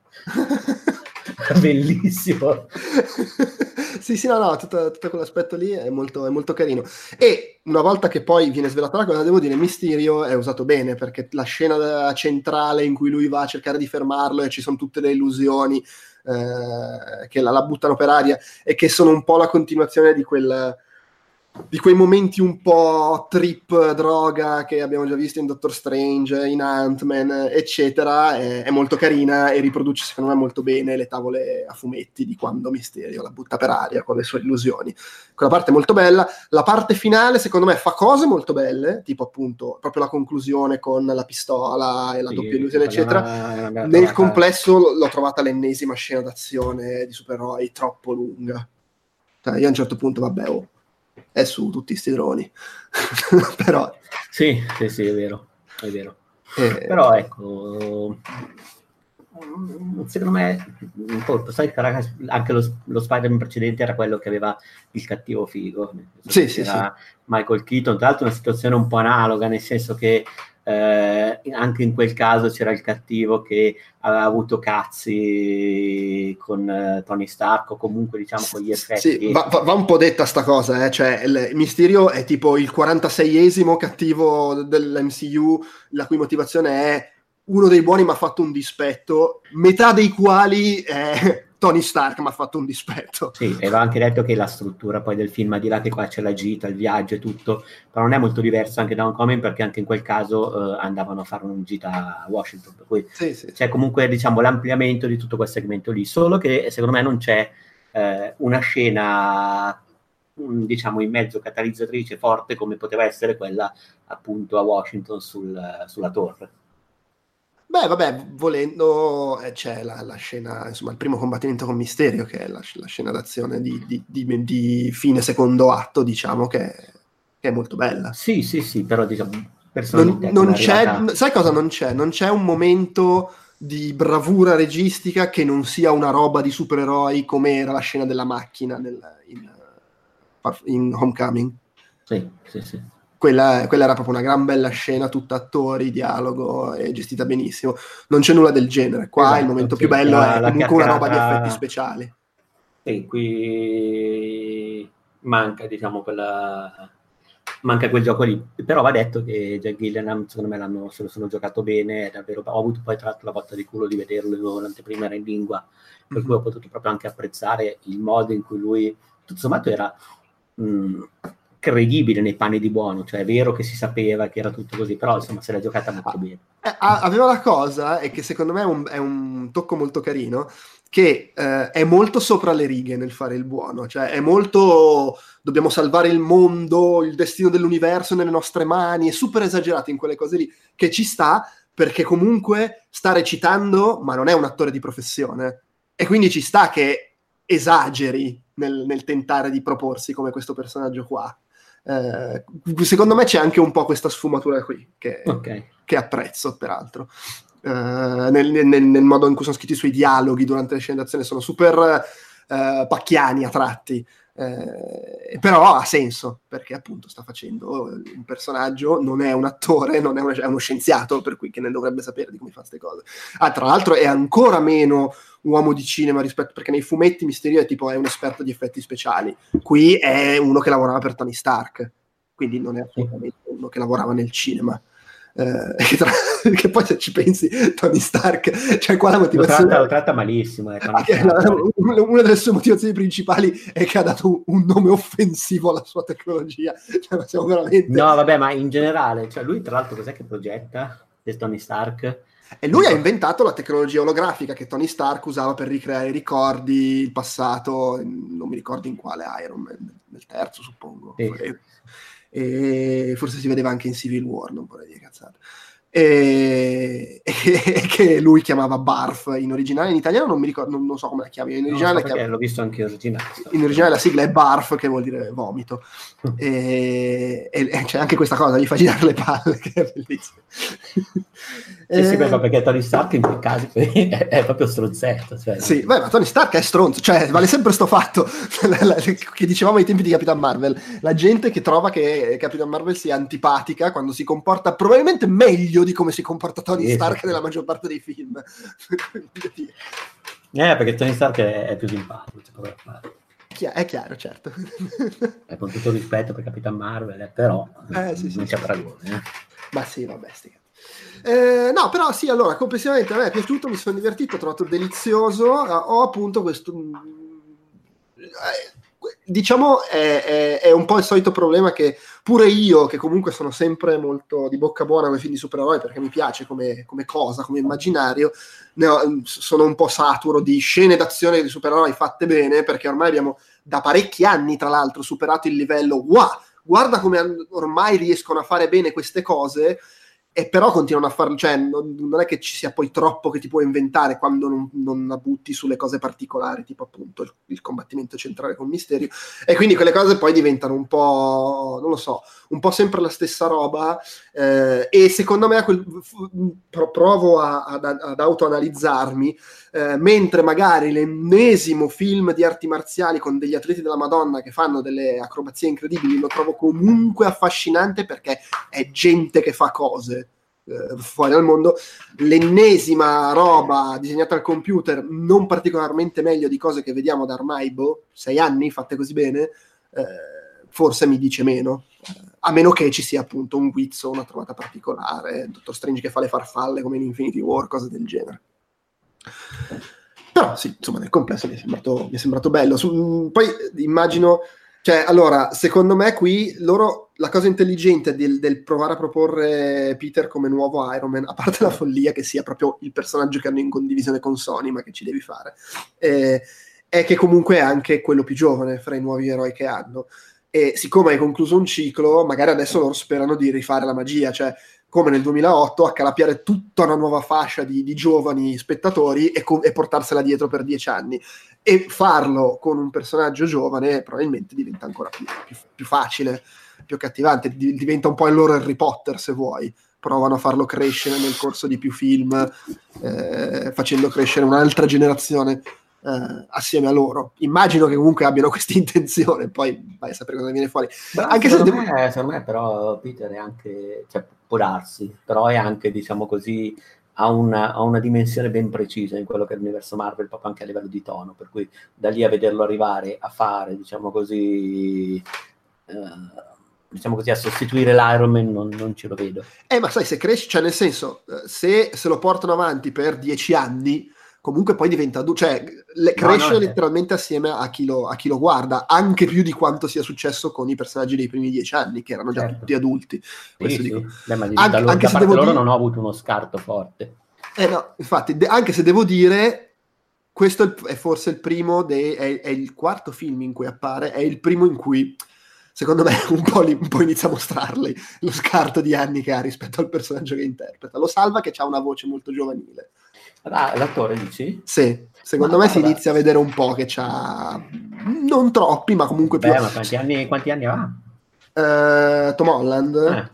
Bellissimo. sì, no, tutto quell'aspetto lì è molto carino. E una volta che poi viene svelata la cosa, devo dire, Mysterio è usato bene, perché la scena centrale in cui lui va a cercare di fermarlo e ci sono tutte le illusioni che la buttano per aria e che sono un po' la continuazione di quei momenti un po' trip droga che abbiamo già visto in Doctor Strange, in Ant-Man, eccetera, è molto carina e riproduce secondo me molto bene le tavole a fumetti di quando Mysterio la butta per aria con le sue illusioni. Quella parte è molto bella. La parte finale secondo me fa cose molto belle, tipo appunto proprio la conclusione con la pistola e la doppia illusione eccetera. Nel complesso l'ho trovata l'ennesima scena d'azione di supereroi troppo lunga. Io a un certo punto è su tutti sti droni. Però Sì, è vero, è vero. Però ecco, secondo me sai, anche lo Spider-Man precedente era quello che aveva il cattivo figo, era Michael Keaton, tra l'altro una situazione un po' analoga, nel senso che anche in quel caso c'era il cattivo che aveva avuto cazzi con Tony Stark, o comunque diciamo con gli effetti. Sì, va un po' detta sta cosa, cioè il Mysterio è tipo il 46esimo cattivo dell'MCU, la cui motivazione è uno dei buoni mi ha fatto un dispetto, metà dei quali è Tony Stark mi ha fatto un dispetto. Sì, e va anche detto che la struttura poi del film, al di là che qua c'è la gita, il viaggio e tutto, però non è molto diversa anche da Homecoming, perché anche in quel caso andavano a fare una gita a Washington, per cui c'è comunque, diciamo, l'ampliamento di tutto quel segmento lì, solo che secondo me non c'è una scena, diciamo, in mezzo catalizzatrice forte come poteva essere quella appunto a Washington sulla torre. Beh, vabbè, volendo c'è la scena, insomma, il primo combattimento con Mysterio, che è la scena d'azione di fine secondo atto, diciamo, che è molto bella. Sì, però diciamo, non c'è, sai cosa non c'è? Non c'è un momento di bravura registica che non sia una roba di supereroi, come era la scena della macchina in Homecoming. Sì. Quella era proprio una gran bella scena, tutta attori, dialogo, e gestita benissimo. Non c'è nulla del genere. Qua il momento più bello è comunque una roba di effetti speciali. Sì, qui manca, diciamo, manca quel gioco lì. Però va detto che Jack Gillenham, secondo me, se lo sono giocato bene, davvero. Ho avuto poi tra l'altro la botta di culo di vederlo, l'anteprima era in lingua, per cui ho potuto proprio anche apprezzare il modo in cui lui, tutto sommato, era credibile nei panni di Buono, cioè è vero che si sapeva che era tutto così, però insomma se l'ha giocata molto bene. Aveva la cosa, e che secondo me è un tocco molto carino, che è molto sopra le righe nel fare il buono, cioè è molto dobbiamo salvare il mondo, il destino dell'universo nelle nostre mani, è super esagerato in quelle cose lì, che ci sta perché comunque sta recitando, ma non è un attore di professione, e quindi ci sta che esageri nel tentare di proporsi come questo personaggio qua. Secondo me c'è anche un po' questa sfumatura qui che apprezzo, peraltro, nel modo in cui sono scritti i suoi dialoghi durante le scene d'azione, sono super pacchiani a tratti, però ha senso, perché appunto sta facendo un personaggio, non è un attore, è uno scienziato, per cui che ne dovrebbe sapere di come fa queste cose. Tra l'altro è ancora meno uomo di cinema rispetto, perché nei fumetti Mysterio è un esperto di effetti speciali, qui è uno che lavorava per Tony Stark, quindi non è assolutamente uno che lavorava nel cinema. Che poi se ci pensi Tony Stark, cioè qua la motivazione lo tratta malissimo, una delle sue motivazioni principali è che ha dato un nome offensivo alla sua tecnologia, cioè, siamo veramente... No vabbè, ma in generale, cioè lui tra l'altro cos'è che progetta del Tony Stark? E lui ha inventato la tecnologia olografica che Tony Stark usava per ricreare i ricordi, il passato, non mi ricordo in quale Iron Man, nel terzo suppongo, e forse si vedeva anche in Civil War, non vorrei dire cazzate, e che lui chiamava Barf in originale, in italiano non mi ricordo, non so come la chiami, in originale l'ho visto anche originale. In originale la sigla è Barf, che vuol dire vomito, e c'è anche questa cosa, gli fa girare le palle, che è bellissimo. Sì, perché Tony Stark in quel caso è proprio stronzetto, cioè, sì, beh, ma Tony Stark è stronzo, cioè vale sempre sto fatto che dicevamo ai tempi di Capitan Marvel, la gente che trova che Capitan Marvel sia antipatica quando si comporta probabilmente meglio di come si comporta Tony Stark nella maggior parte dei film. Perché Tony Stark è più simpatico, è chiaro, certo. Con tutto il rispetto per Capitan Marvel, però non c'è paragone. Ma sì, vabbè, no, però sì, allora complessivamente a me è piaciuto, mi sono divertito, ho trovato delizioso, ho appunto questo diciamo è un po' il solito problema che pure io, che comunque sono sempre molto di bocca buona con i film di supereroi perché mi piace come cosa, come immaginario, sono un po' saturo di scene d'azione di supereroi fatte bene, perché ormai abbiamo da parecchi anni tra l'altro superato il livello guarda come ormai riescono a fare bene queste cose, e però continuano a farlo, cioè non è che ci sia poi troppo che ti puoi inventare quando non la butti sulle cose particolari, tipo appunto il combattimento centrale con Mysterio, e quindi quelle cose poi diventano un po', non lo so, un po' sempre la stessa roba, e secondo me provo ad autoanalizzarmi, mentre magari l'ennesimo film di arti marziali con degli atleti della Madonna che fanno delle acrobazie incredibili lo trovo comunque affascinante perché è gente che fa cose fuori dal mondo. L'ennesima roba disegnata al computer non particolarmente meglio di cose che vediamo da ormai 6 anni fatte così bene, forse mi dice meno, a meno che ci sia appunto un guizzo, una trovata particolare, Dottor Strange che fa le farfalle come in Infinity War, cose del genere. Però sì, insomma, nel complesso mi è sembrato bello. Poi immagino, cioè, allora, secondo me qui la cosa intelligente del provare a proporre Peter come nuovo Iron Man, a parte la follia che sia proprio il personaggio che hanno in condivisione con Sony, ma che ci devi fare, è che comunque è anche quello più giovane fra i nuovi eroi che hanno. E siccome hai concluso un ciclo, magari adesso loro sperano di rifare la magia, cioè come nel 2008 accalappiare tutta una nuova fascia di giovani spettatori e portarsela dietro per 10 anni, e farlo con un personaggio giovane probabilmente diventa ancora più facile, più accattivante, diventa un po' il loro Harry Potter, se vuoi. Provano a farlo crescere nel corso di più film, facendo crescere un'altra generazione assieme a loro. Immagino che comunque abbiano questa intenzione, poi vai a sapere cosa viene fuori. Anche secondo me però Peter è anche, cioè, può darsi, però è anche, diciamo così, ha una dimensione ben precisa in quello che è l'universo Marvel, proprio anche a livello di tono, per cui da lì a vederlo arrivare a fare, diciamo così, a sostituire l'Iron Man non ce lo vedo. Ma sai, se cresce, cioè nel senso, se lo portano avanti per 10 anni, comunque poi diventa cioè cresce letteralmente assieme a chi lo guarda, anche più di quanto sia successo con i personaggi dei primi 10 anni, che erano già tutti adulti. Questo dico. Beh, ma anche se devo loro non ho avuto uno scarto forte. No, infatti, anche se devo dire, questo è forse il primo è il quarto film in cui appare, è il primo in cui secondo me un po' inizia a mostrarli lo scarto di anni che ha rispetto al personaggio che interpreta. Lo salva che ha una voce molto giovanile. L'attore dici? Sì, secondo me si inizia a vedere un po' che c'ha non troppi, ma comunque più. Ma quanti anni ha? Tom Holland?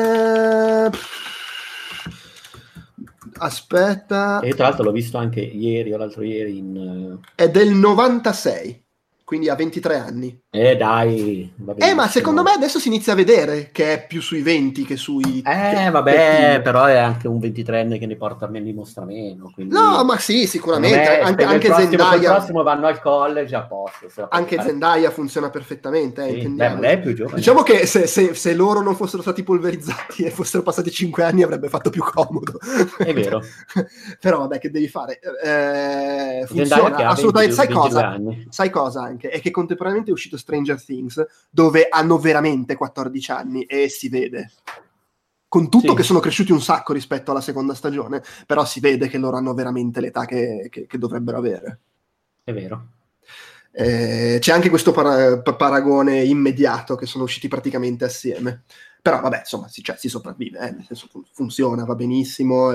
Aspetta. E tra l'altro l'ho visto anche ieri o l'altro ieri è del 96. Quindi ha 23 anni. Dai. Ma secondo me adesso si inizia a vedere che è più sui 20 che sui... però è anche un 23enne che ne porta meno, li mostra meno. Quindi... No, ma sì, sicuramente. Anche Zendaya... Il prossimo vanno al college a posto. Anche Zendaya funziona perfettamente, intendiamo. Ma lei è più giovane. Diciamo che se loro non fossero stati polverizzati e fossero passati 5 anni avrebbe fatto più comodo. È vero. Però vabbè, che devi fare? Funziona, assolutamente. Sai cosa anche? È che contemporaneamente è uscito Stranger Things, dove hanno veramente 14 anni e si vede, con tutto che sono cresciuti un sacco rispetto alla seconda stagione, però si vede che loro hanno veramente l'età che dovrebbero avere. È vero. C'è anche questo paragone immediato, che sono usciti praticamente assieme, però vabbè, insomma si sopravvive, nel senso funziona, va benissimo,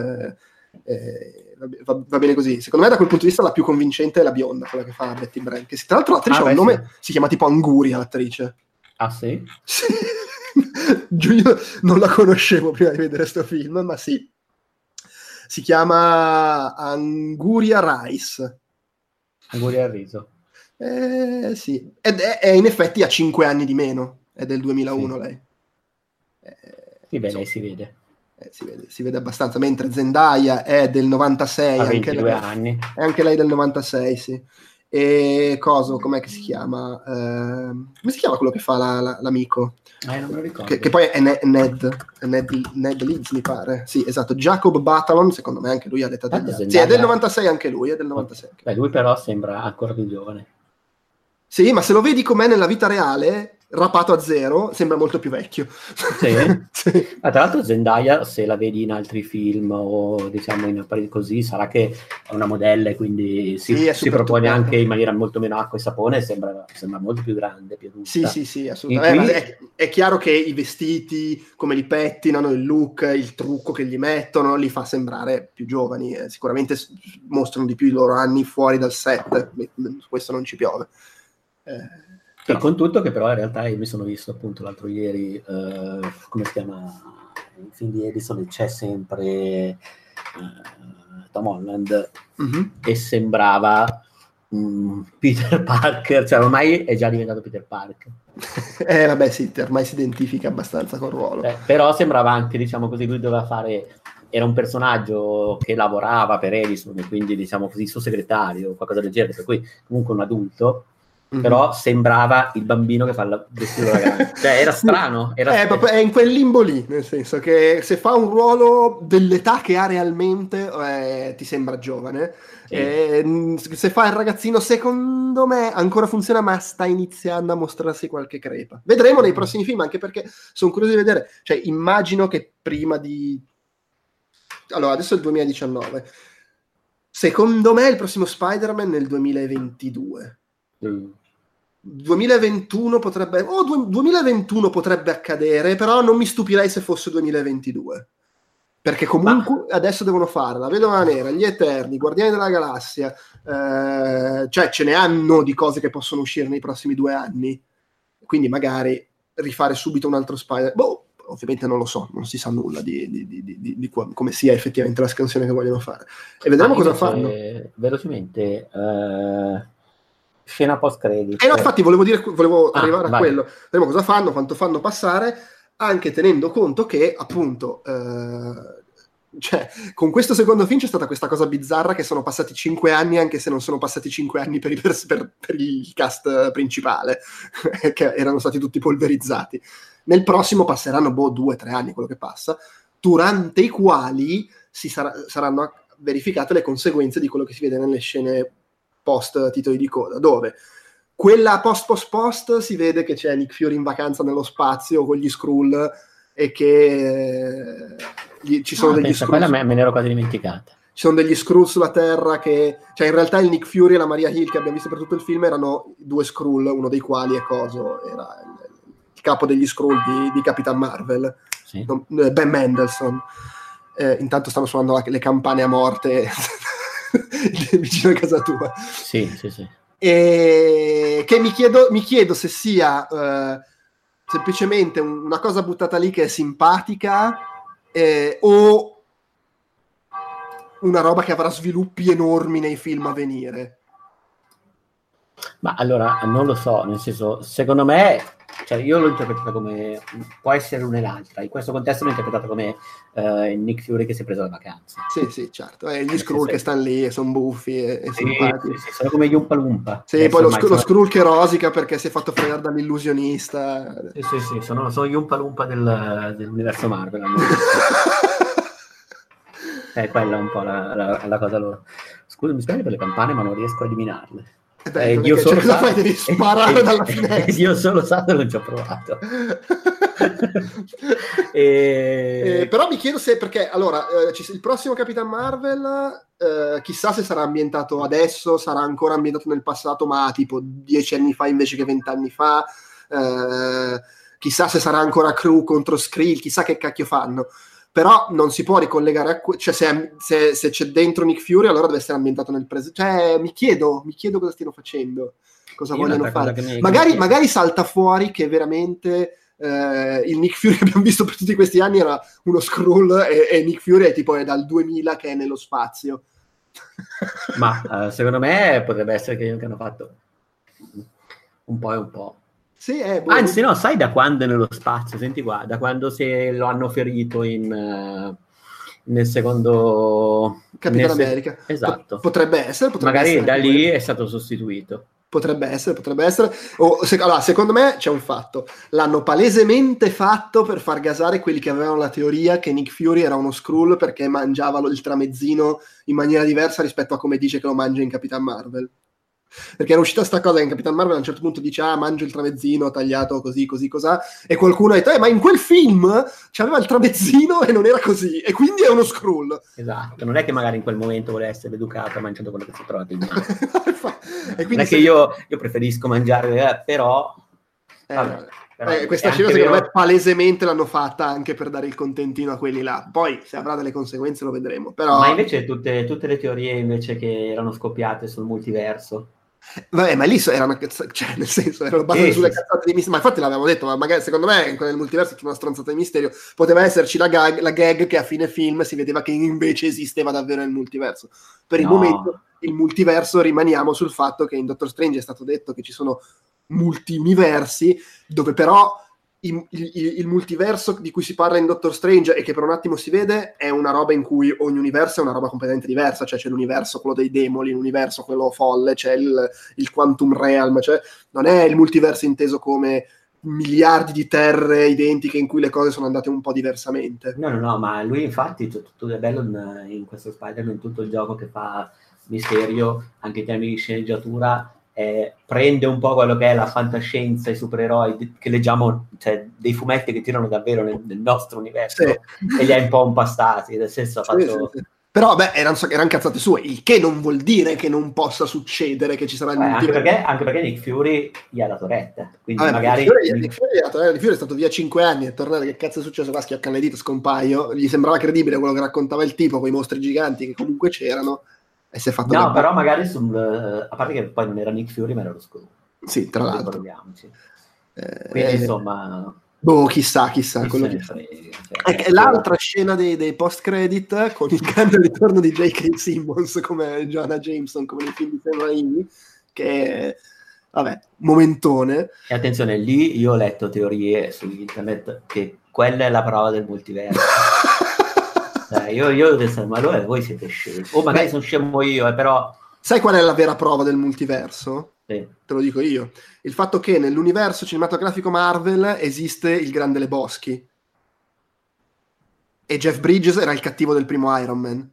va bene così. Secondo me da quel punto di vista la più convincente è la bionda, quella che fa Betty Brant, che tra l'altro l'attrice ha un nome, si chiama tipo Anguria, l'attrice. Ah sì? Io non la conoscevo prima di vedere sto film, ma sì, si chiama Anguria Rice. Anguria al riso. Sì, ed è in effetti ha 5 anni di meno, è del 2001 lei. Sì, beh, lei si vede. Si vede abbastanza, mentre Zendaya è del 96, ha 22 anni. È anche lei del 96, sì. E com'è che si chiama? Come si chiama quello che fa l'amico? Non me lo ricordo. Che poi è Ned Leeds, mi pare. Sì, esatto, Jacob Batalon, secondo me anche lui ha l'età degli altri. Sì, è del 96 anche lui, è del 96. Beh, lui però sembra ancora più giovane. Sì, ma se lo vedi com'è nella vita reale, rapato a zero, sembra molto più vecchio. Sì? Sì. Tra l'altro Zendaya, se la vedi in altri film o diciamo così, sarà che è una modella e quindi Sì, è si super propone truccata. anche in maniera molto meno acqua e sapone, sembra molto più grande, più adulta. Sì, E assolutamente. qui, È chiaro che i vestiti, come li pettinano, il look, il trucco che gli mettono, li fa sembrare più giovani. Sicuramente mostrano di più i loro anni fuori dal set, su questo non ci piove. e Però. con tutto che però in realtà io mi sono visto appunto l'altro ieri, come si chiama, il film di Edison, c'è sempre Tom Holland, e sembrava Peter Parker, cioè ormai è già diventato Peter Parker. Vabbè sì, ormai si identifica abbastanza col ruolo. Però sembrava anche, diciamo così, lui doveva fare, era un personaggio che lavorava per Edison, e quindi diciamo così suo segretario o qualcosa del genere, per cui comunque un adulto, però sembrava il bambino che fa il vestito da ragazzo, cioè era strano. È in quel limbo lì, nel senso che se fa un ruolo dell'età che ha realmente, ti sembra giovane. Sì. Se fa il ragazzino, secondo me ancora funziona, ma sta iniziando a mostrarsi qualche crepa. Vedremo nei prossimi film, anche perché sono curioso di vedere, cioè immagino che prima di... Allora, adesso è il 2019. Secondo me il prossimo Spider-Man nel 2022. 2021 potrebbe 2021 potrebbe accadere, però non mi stupirei se fosse 2022, perché comunque adesso devono fare La Vedova Nera, Gli Eterni, Guardiani della Galassia, cioè ce ne hanno di cose che possono uscire nei prossimi 2 anni, quindi magari rifare subito un altro Spider, ovviamente non lo so, non si sa nulla di come sia effettivamente la scansione che vogliono fare, e vedremo cosa fanno. Velocemente, scena post credit. No, infatti volevo arrivare a quello. Vedremo cosa fanno, quanto fanno passare, anche tenendo conto che appunto cioè, con questo secondo film c'è stata questa cosa bizzarra che sono passati 5 anni, anche se non sono passati 5 anni per il cast principale che erano stati tutti polverizzati. Nel prossimo passeranno 2-3 anni, quello che passa, durante i quali saranno verificate le conseguenze di quello che si vede nelle scene post titoli di coda, dove quella post si vede che c'è Nick Fury in vacanza nello spazio con gli Skrull e che ci sono degli Skrull. Quella me ne ero quasi dimenticata. Ci sono degli Skrull sulla Terra che... Cioè in realtà il Nick Fury e la Maria Hill che abbiamo visto per tutto il film erano 2 Skrull, uno dei quali è coso, era il capo degli Skrull di Capitan Marvel, sì. Ben Mendelsohn. Intanto stanno suonando le campane a morte vicino a casa tua. Sì. E che mi chiedo se sia semplicemente una cosa buttata lì che è simpatica o una roba che avrà sviluppi enormi nei film a venire. Ma allora, non lo so, nel senso, secondo me, cioè io l'ho interpretata come, può essere l'una e l'altra, in questo contesto l'ho interpretata come Nick Fury che si è preso le vacanze. Sì, certo, gli Skrull che stanno lì e sono buffi e simpatici. Sì, sono come gli Umpa Lumpa. Sì, poi lo Skrull che rosica perché si è fatto fregare dall'illusionista. Sì, sono gli Umpa Lumpa dell'universo Marvel. Quella è un po' la cosa loro. Scusa, mi spiace per le campane, ma non riesco a eliminarle. Dio solo sa, devi sparare dalla finestra. Dio solo sa che non ci ho provato. Però mi chiedo se, perché allora il prossimo Capitan Marvel chissà se sarà ambientato adesso, sarà ancora ambientato nel passato, ma tipo 10 anni fa invece che 20 anni fa, chissà se sarà ancora Crew contro Skrull, chissà che cacchio fanno. Però non si può ricollegare cioè se c'è dentro Nick Fury allora deve essere ambientato nel presente. Cioè mi chiedo cosa stiano facendo, cosa vogliono fare. Magari salta fuori che veramente il Nick Fury che abbiamo visto per tutti questi anni era uno Skrull e Nick Fury è dal 2000 che è nello spazio. Ma secondo me potrebbe essere che hanno fatto un po' e un po'. Sì, anzi no, sai da quando è nello spazio? Senti qua, da quando lo hanno ferito nel secondo Capitan America. Esatto. Potrebbe essere magari da lì è stato sostituito. Potrebbe essere. Allora, secondo me c'è un fatto. L'hanno palesemente fatto per far gasare quelli che avevano la teoria che Nick Fury era uno Skrull perché mangiava il tramezzino in maniera diversa rispetto a come dice che lo mangia in Capitan Marvel. Perché era uscita sta cosa che in Capitan Marvel a un certo punto dice mangio il tramezzino tagliato così, così, cos'ha, e qualcuno ha detto ma in quel film c'aveva il tramezzino e non era così, e quindi è uno Skrull. Esatto, non è che magari in quel momento vuole essere educato mangiando quello che si è trovato in mano. E non è che io preferisco mangiare, però... questa scena secondo me palesemente l'hanno fatta anche per dare il contentino a quelli là, poi se avrà delle conseguenze lo vedremo, però... Ma invece tutte le teorie invece che erano scoppiate sul multiverso, vabbè, ma lì erano cioè nel senso erano basate sulle cazzate di Misterio, ma infatti l'avevamo detto, ma magari secondo me nel multiverso c'è una stronzata di Misterio, poteva esserci la gag che a fine film si vedeva che invece esisteva davvero nel multiverso. Per il momento il multiverso rimaniamo sul fatto che in Doctor Strange è stato detto che ci sono multi-universi, dove però il multiverso di cui si parla in Doctor Strange e che per un attimo si vede è una roba in cui ogni universo è una roba completamente diversa, cioè c'è l'universo quello dei demoni, l'universo quello folle, c'è il Quantum Realm, cioè non è il multiverso inteso come miliardi di terre identiche in cui le cose sono andate un po' diversamente. No, ma lui infatti tutto è bello in questo Spider-Man, in tutto il gioco che fa Mysterio, anche in termini di sceneggiatura, prende un po' quello che è la fantascienza, i supereroi che leggiamo, cioè dei fumetti che tirano davvero nel nostro universo, sì, e li ha un po' impastati, nel senso ha fatto... Sì. Però erano cazzate sue, il che non vuol dire che non possa succedere che ci sarà il multiverso. Anche perché Nick Fury gli ha dato retta, quindi magari... Nick Fury è stato via 5 anni e tornare, che cazzo è successo? Qua schiacca le dita, scompaio, gli sembrava credibile quello che raccontava il tipo, quei mostri giganti che comunque c'erano, e si è fatto... No, però magari a parte che poi non era Nick Fury ma era lo Skrull. Sì, tra l'altro. Ricordiamoci. Quindi insomma... chissà quello che l'altra scena dei post-credit con il grande ritorno di J.K. Simmons come Jonah Jameson, come nei film di Sam Raimi, che vabbè, momentone. E attenzione, lì io ho letto teorie su internet che quella è la prova del multiverso. Io ho detto, ma allora voi siete scemi, o magari sono scemo io, però... Sai qual è la vera prova del multiverso? Sì. Te lo dico io. Il fatto che nell'universo cinematografico Marvel esiste il Grande Lebowski. E Jeff Bridges era il cattivo del primo Iron Man.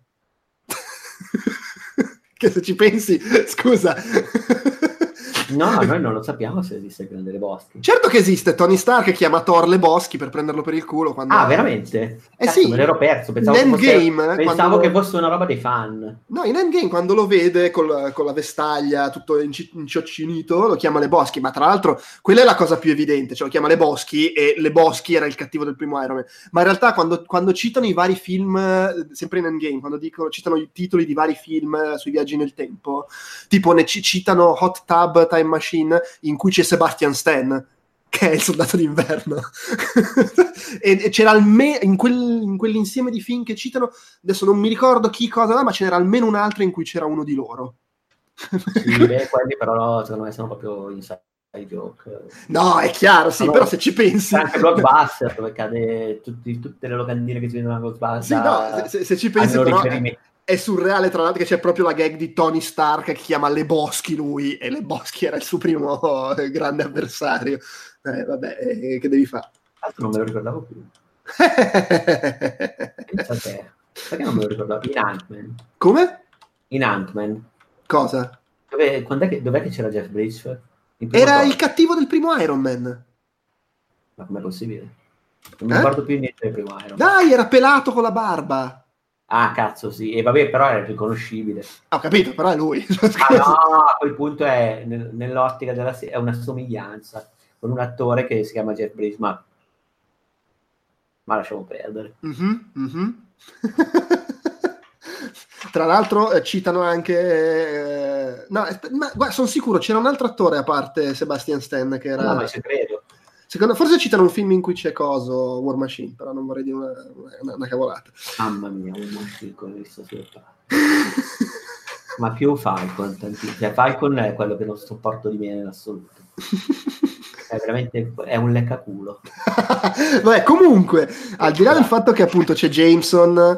Che se ci pensi, scusa... No, noi non lo sappiamo se esiste il Grande Lebowski. Certo che esiste, Tony Stark chiama Thor Lebowski per prenderlo per il culo quando... veramente? Cazzo, sì, me l'ero perso, pensavo che fosse una roba dei fan. No, in Endgame quando lo vede con la vestaglia tutto incioccinito lo chiama Lebowski, ma tra l'altro quella è la cosa più evidente, cioè lo chiama Lebowski e Lebowski era il cattivo del primo Iron Man, ma in realtà quando citano i vari film, sempre in Endgame, quando citano i titoli di vari film sui viaggi nel tempo, tipo ne citano Hot Tub Time Machine, in cui c'è Sebastian Stan, che è il soldato d'inverno. e c'era in quell'insieme di film che citano, adesso non mi ricordo chi cosa, ma ce n'era almeno un altro in cui c'era uno di loro. Sì, quelli però secondo me sono proprio inside joke. No, è chiaro, sì, però se ci pensi... Anche Blockbuster, dove cade tutte le locandine che si vedono a Blockbuster. Sì, no, se ci pensi però... È surreale, tra l'altro, che c'è proprio la gag di Tony Stark che chiama Lebowski lui, e Lebowski era il suo primo grande avversario. Vabbè, che devi fare? Non me lo ricordavo più. Perché non me lo ricordavo? In Ant-Man. Come? In Ant-Man. Cosa? Dov'è che c'era Jeff Bridges? Era il cattivo del primo Iron Man. Ma com'è possibile? Non mi ricordo più niente del primo Iron Man. Dai, era pelato con la barba. Ah, cazzo, sì. E vabbè, però è riconoscibile. Ho capito, però è lui. No, a quel punto è nell'ottica della serie, è una somiglianza con un attore che si chiama Jeff Bridges, ma lasciamo perdere. Tra l'altro citano anche... no, ma guarda, sono sicuro, c'era un altro attore a parte Sebastian Stan che era... No, ma ci credo. Forse citano un film in cui c'è War Machine, però non vorrei dire una cavolata. Mamma mia, War Machine con il ma più Falcon, cioè Falcon è quello che non sopporto di meno in assoluto. È veramente un leccaculo. Vabbè, comunque, al di là del fatto che appunto c'è Jameson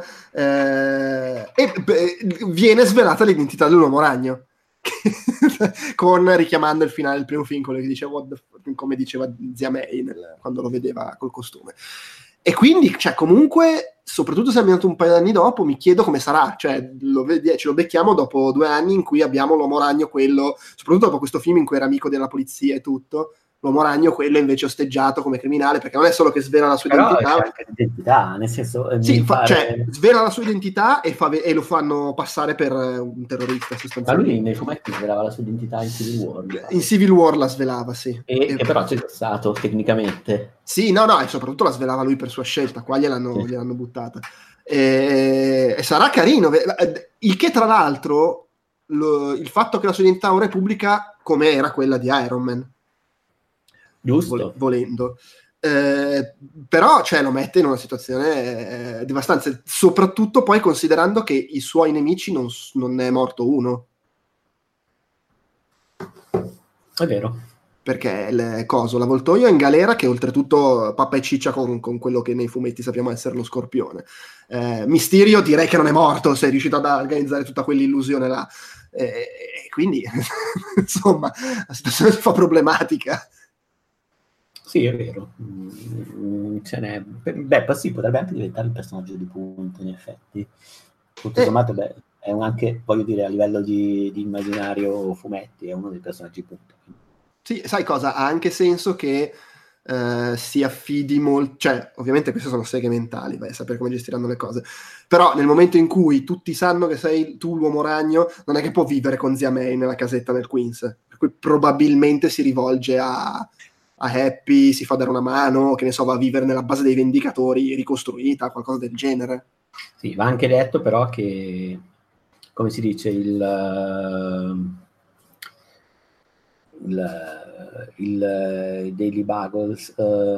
viene svelata l'identità dell'uomo ragno. Richiamando il finale del primo film, quello che diceva come diceva zia May quando lo vedeva col costume, e quindi cioè comunque soprattutto se è ambientato un paio d'anni dopo, mi chiedo come sarà, cioè ce lo becchiamo dopo 2 anni in cui abbiamo l'uomo ragno, quello, soprattutto dopo questo film in cui era amico della polizia e tutto, l'uomo ragno, quello invece osteggiato come criminale, perché non è solo che svela la sua identità. C'è anche l'identità, nel senso... cioè, svela la sua identità e lo fanno passare per un terrorista, sostanzialmente. Ma lui nei fumetti svelava la sua identità in Civil War. In Civil War la svelava, sì. Che però c'è stato, tecnicamente. Sì, no, e soprattutto la svelava lui per sua scelta, qua gliel'hanno buttata. E sarà carino, il che tra l'altro, il fatto che la sua identità ora è pubblica come era quella di Iron Man. Giusto. Volendo. Però cioè, lo mette in una situazione devastante, soprattutto poi considerando che i suoi nemici non ne è morto uno. È vero. Perché l'avvoltoio è in galera, che oltretutto pappa e ciccia con quello che nei fumetti sappiamo essere lo Scorpione. Mysterio direi che non è morto, se è riuscito ad organizzare tutta quell'illusione là. Quindi insomma la situazione si fa problematica. Sì, è vero. Sì, potrebbe anche diventare il personaggio di punta, in effetti. Tutto sommato, è anche, voglio dire, a livello di immaginario fumetti, è uno dei personaggi di punta. Sì, sai cosa? Ha anche senso che si affidi molto, cioè, ovviamente queste sono seghe mentali, vai a sapere come gestiranno le cose, però nel momento in cui tutti sanno che sei tu l'uomo ragno, non è che può vivere con zia May nella casetta nel Queens, per cui probabilmente si rivolge a Happy, si fa dare una mano, che ne so, va a vivere nella base dei Vendicatori ricostruita, qualcosa del genere. Sì, va anche detto però che, come si dice, il Daily Buggles,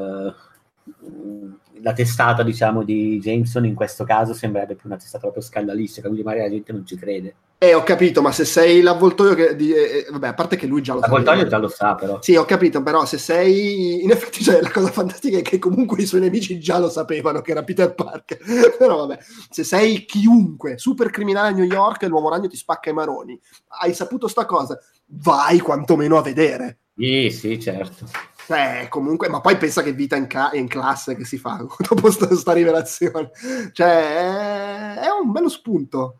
la testata, diciamo, di Jameson in questo caso sembrerebbe più una testata proprio scandalistica, quindi magari la gente non ci crede. Ho capito, ma se sei l'avvoltoio vabbè, a parte che lui già lo sa. L'avvoltoio già lo sa, però. Sì, ho capito, però se sei... In effetti, cioè, la cosa fantastica è che comunque i suoi nemici già lo sapevano che era Peter Parker. Però vabbè, se sei chiunque, super criminale a New York, l'uomo ragno ti spacca i maroni. Hai saputo sta cosa? Vai quantomeno a vedere. Sì, certo. Comunque, ma poi pensa che vita in classe che si fa dopo sta rivelazione. Cioè, è un bello spunto.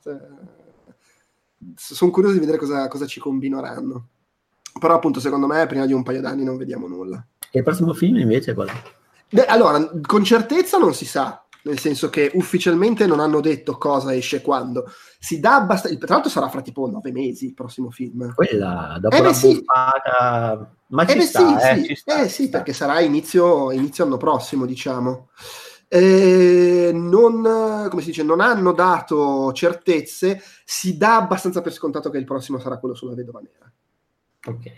Sono curioso di vedere cosa ci combineranno. Però appunto secondo me prima di un paio d'anni non vediamo nulla. E il prossimo film invece qual è? Allora, con certezza non si sa, nel senso che ufficialmente non hanno detto cosa esce quando. Si dà abbastanza, tra l'altro sarà fra tipo 9 mesi il prossimo film. Quella dopo la buffata, ma ci sta. Sì, perché sarà inizio anno prossimo, diciamo. Come si dice, non hanno dato certezze, si dà abbastanza per scontato che il prossimo sarà quello sulla Vedova Nera. Ok.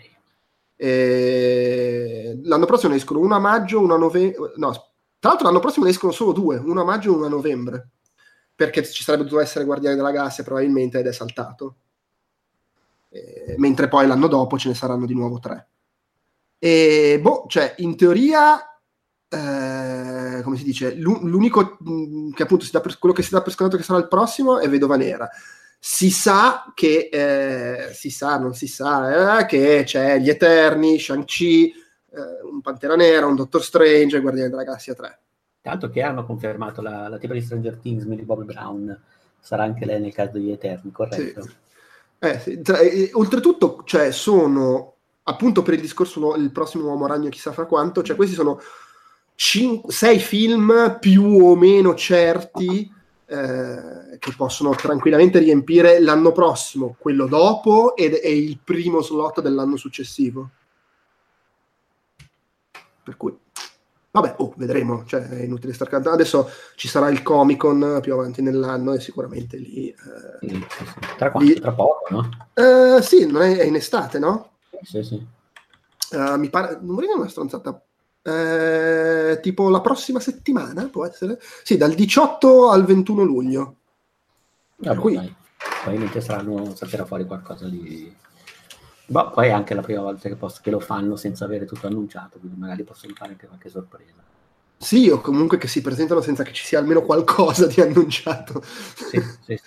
L'anno prossimo ne escono uno a maggio, uno a novembre. No, tra l'altro l'anno prossimo ne escono solo 2, uno a maggio e uno a novembre, perché ci sarebbe dovuto essere Guardiani della Galassia probabilmente, ed è saltato. Mentre poi l'anno dopo ce ne saranno di nuovo 3. Cioè, in teoria, come si dice, l'unico che appunto quello che si dà per scontato che sarà il prossimo è Vedova Nera. Si sa che non si sa che c'è Gli Eterni, Shang-Chi, un Pantera Nera, un Doctor Strange e Guardiani della Galassia 3. Tanto che hanno confermato la tipa di Stranger Things, Millie Bobby Brown, sarà anche lei nel caso degli Eterni, corretto? Sì. Oltretutto, cioè, sono appunto per il discorso il prossimo Uomo Ragno chissà fra quanto, cioè questi sono 6 film più o meno certi che possono tranquillamente riempire l'anno prossimo, quello dopo e il primo slot dell'anno successivo. Per cui vabbè, vedremo, cioè è inutile star cantando. Adesso ci sarà il Comic-Con più avanti nell'anno e sicuramente lì tra poco, no? Sì, non è in estate, no? Sì. Mi pare, non vorrei una stronzata, tipo la prossima settimana, può essere? Sì, dal 18 al 21 luglio. Vabbè, dai. Probabilmente salterà fuori qualcosa di... poi è anche la prima volta che lo fanno senza avere tutto annunciato, quindi magari possono fare anche qualche sorpresa. Sì, o comunque che si presentano senza che ci sia almeno qualcosa di annunciato. Sì.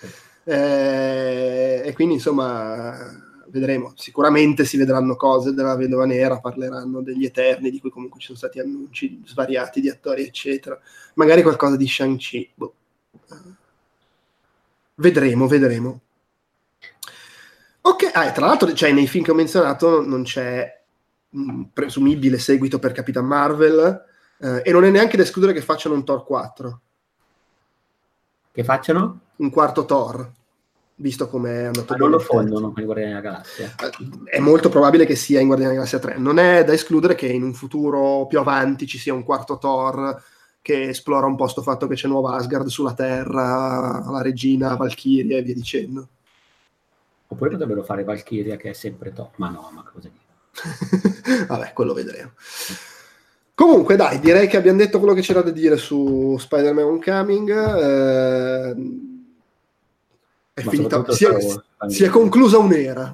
E quindi insomma vedremo, sicuramente si vedranno cose della Vedova Nera, parleranno degli Eterni, di cui comunque ci sono stati annunci svariati di attori eccetera, magari qualcosa di Shang-Chi, Vedremo. Ok, tra l'altro, cioè, nei film che ho menzionato non c'è un presumibile seguito per Capitan Marvel, e non è neanche da escludere che facciano un Thor 4. Che facciano? Un quarto Thor, visto come è andato Ma bene non lo il terzo. fondono con i Guardiani della Galassia. È molto probabile che sia in Guardiani della Galassia 3. Non è da escludere che in un futuro più avanti ci sia un quarto Thor che esplora un po' sto fatto che c'è nuova Asgard sulla Terra, la regina Valkyria e via dicendo. Oppure potrebbero fare Valkyria, che è sempre top. Ma no, ma cosa dire? Vabbè, quello vedremo. Comunque, dai, direi che abbiamo detto quello che c'era da dire su Spider-Man Homecoming. È finita, si è conclusa un'era.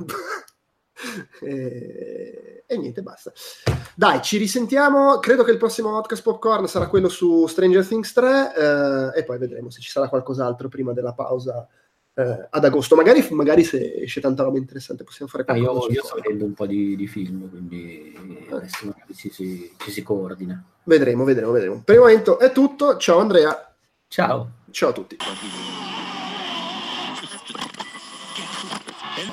E niente, basta. Dai, ci risentiamo. Credo che il prossimo podcast Popcorn sarà quello su Stranger Things 3, e poi vedremo se ci sarà qualcos'altro prima della pausa ad agosto. Magari se esce tanta roba interessante possiamo fare qualcosa. Io sto vedendo un po' di film, quindi adesso magari ci si coordina. Vedremo. Per il momento è tutto. Ciao Andrea. Ciao. Ciao a tutti.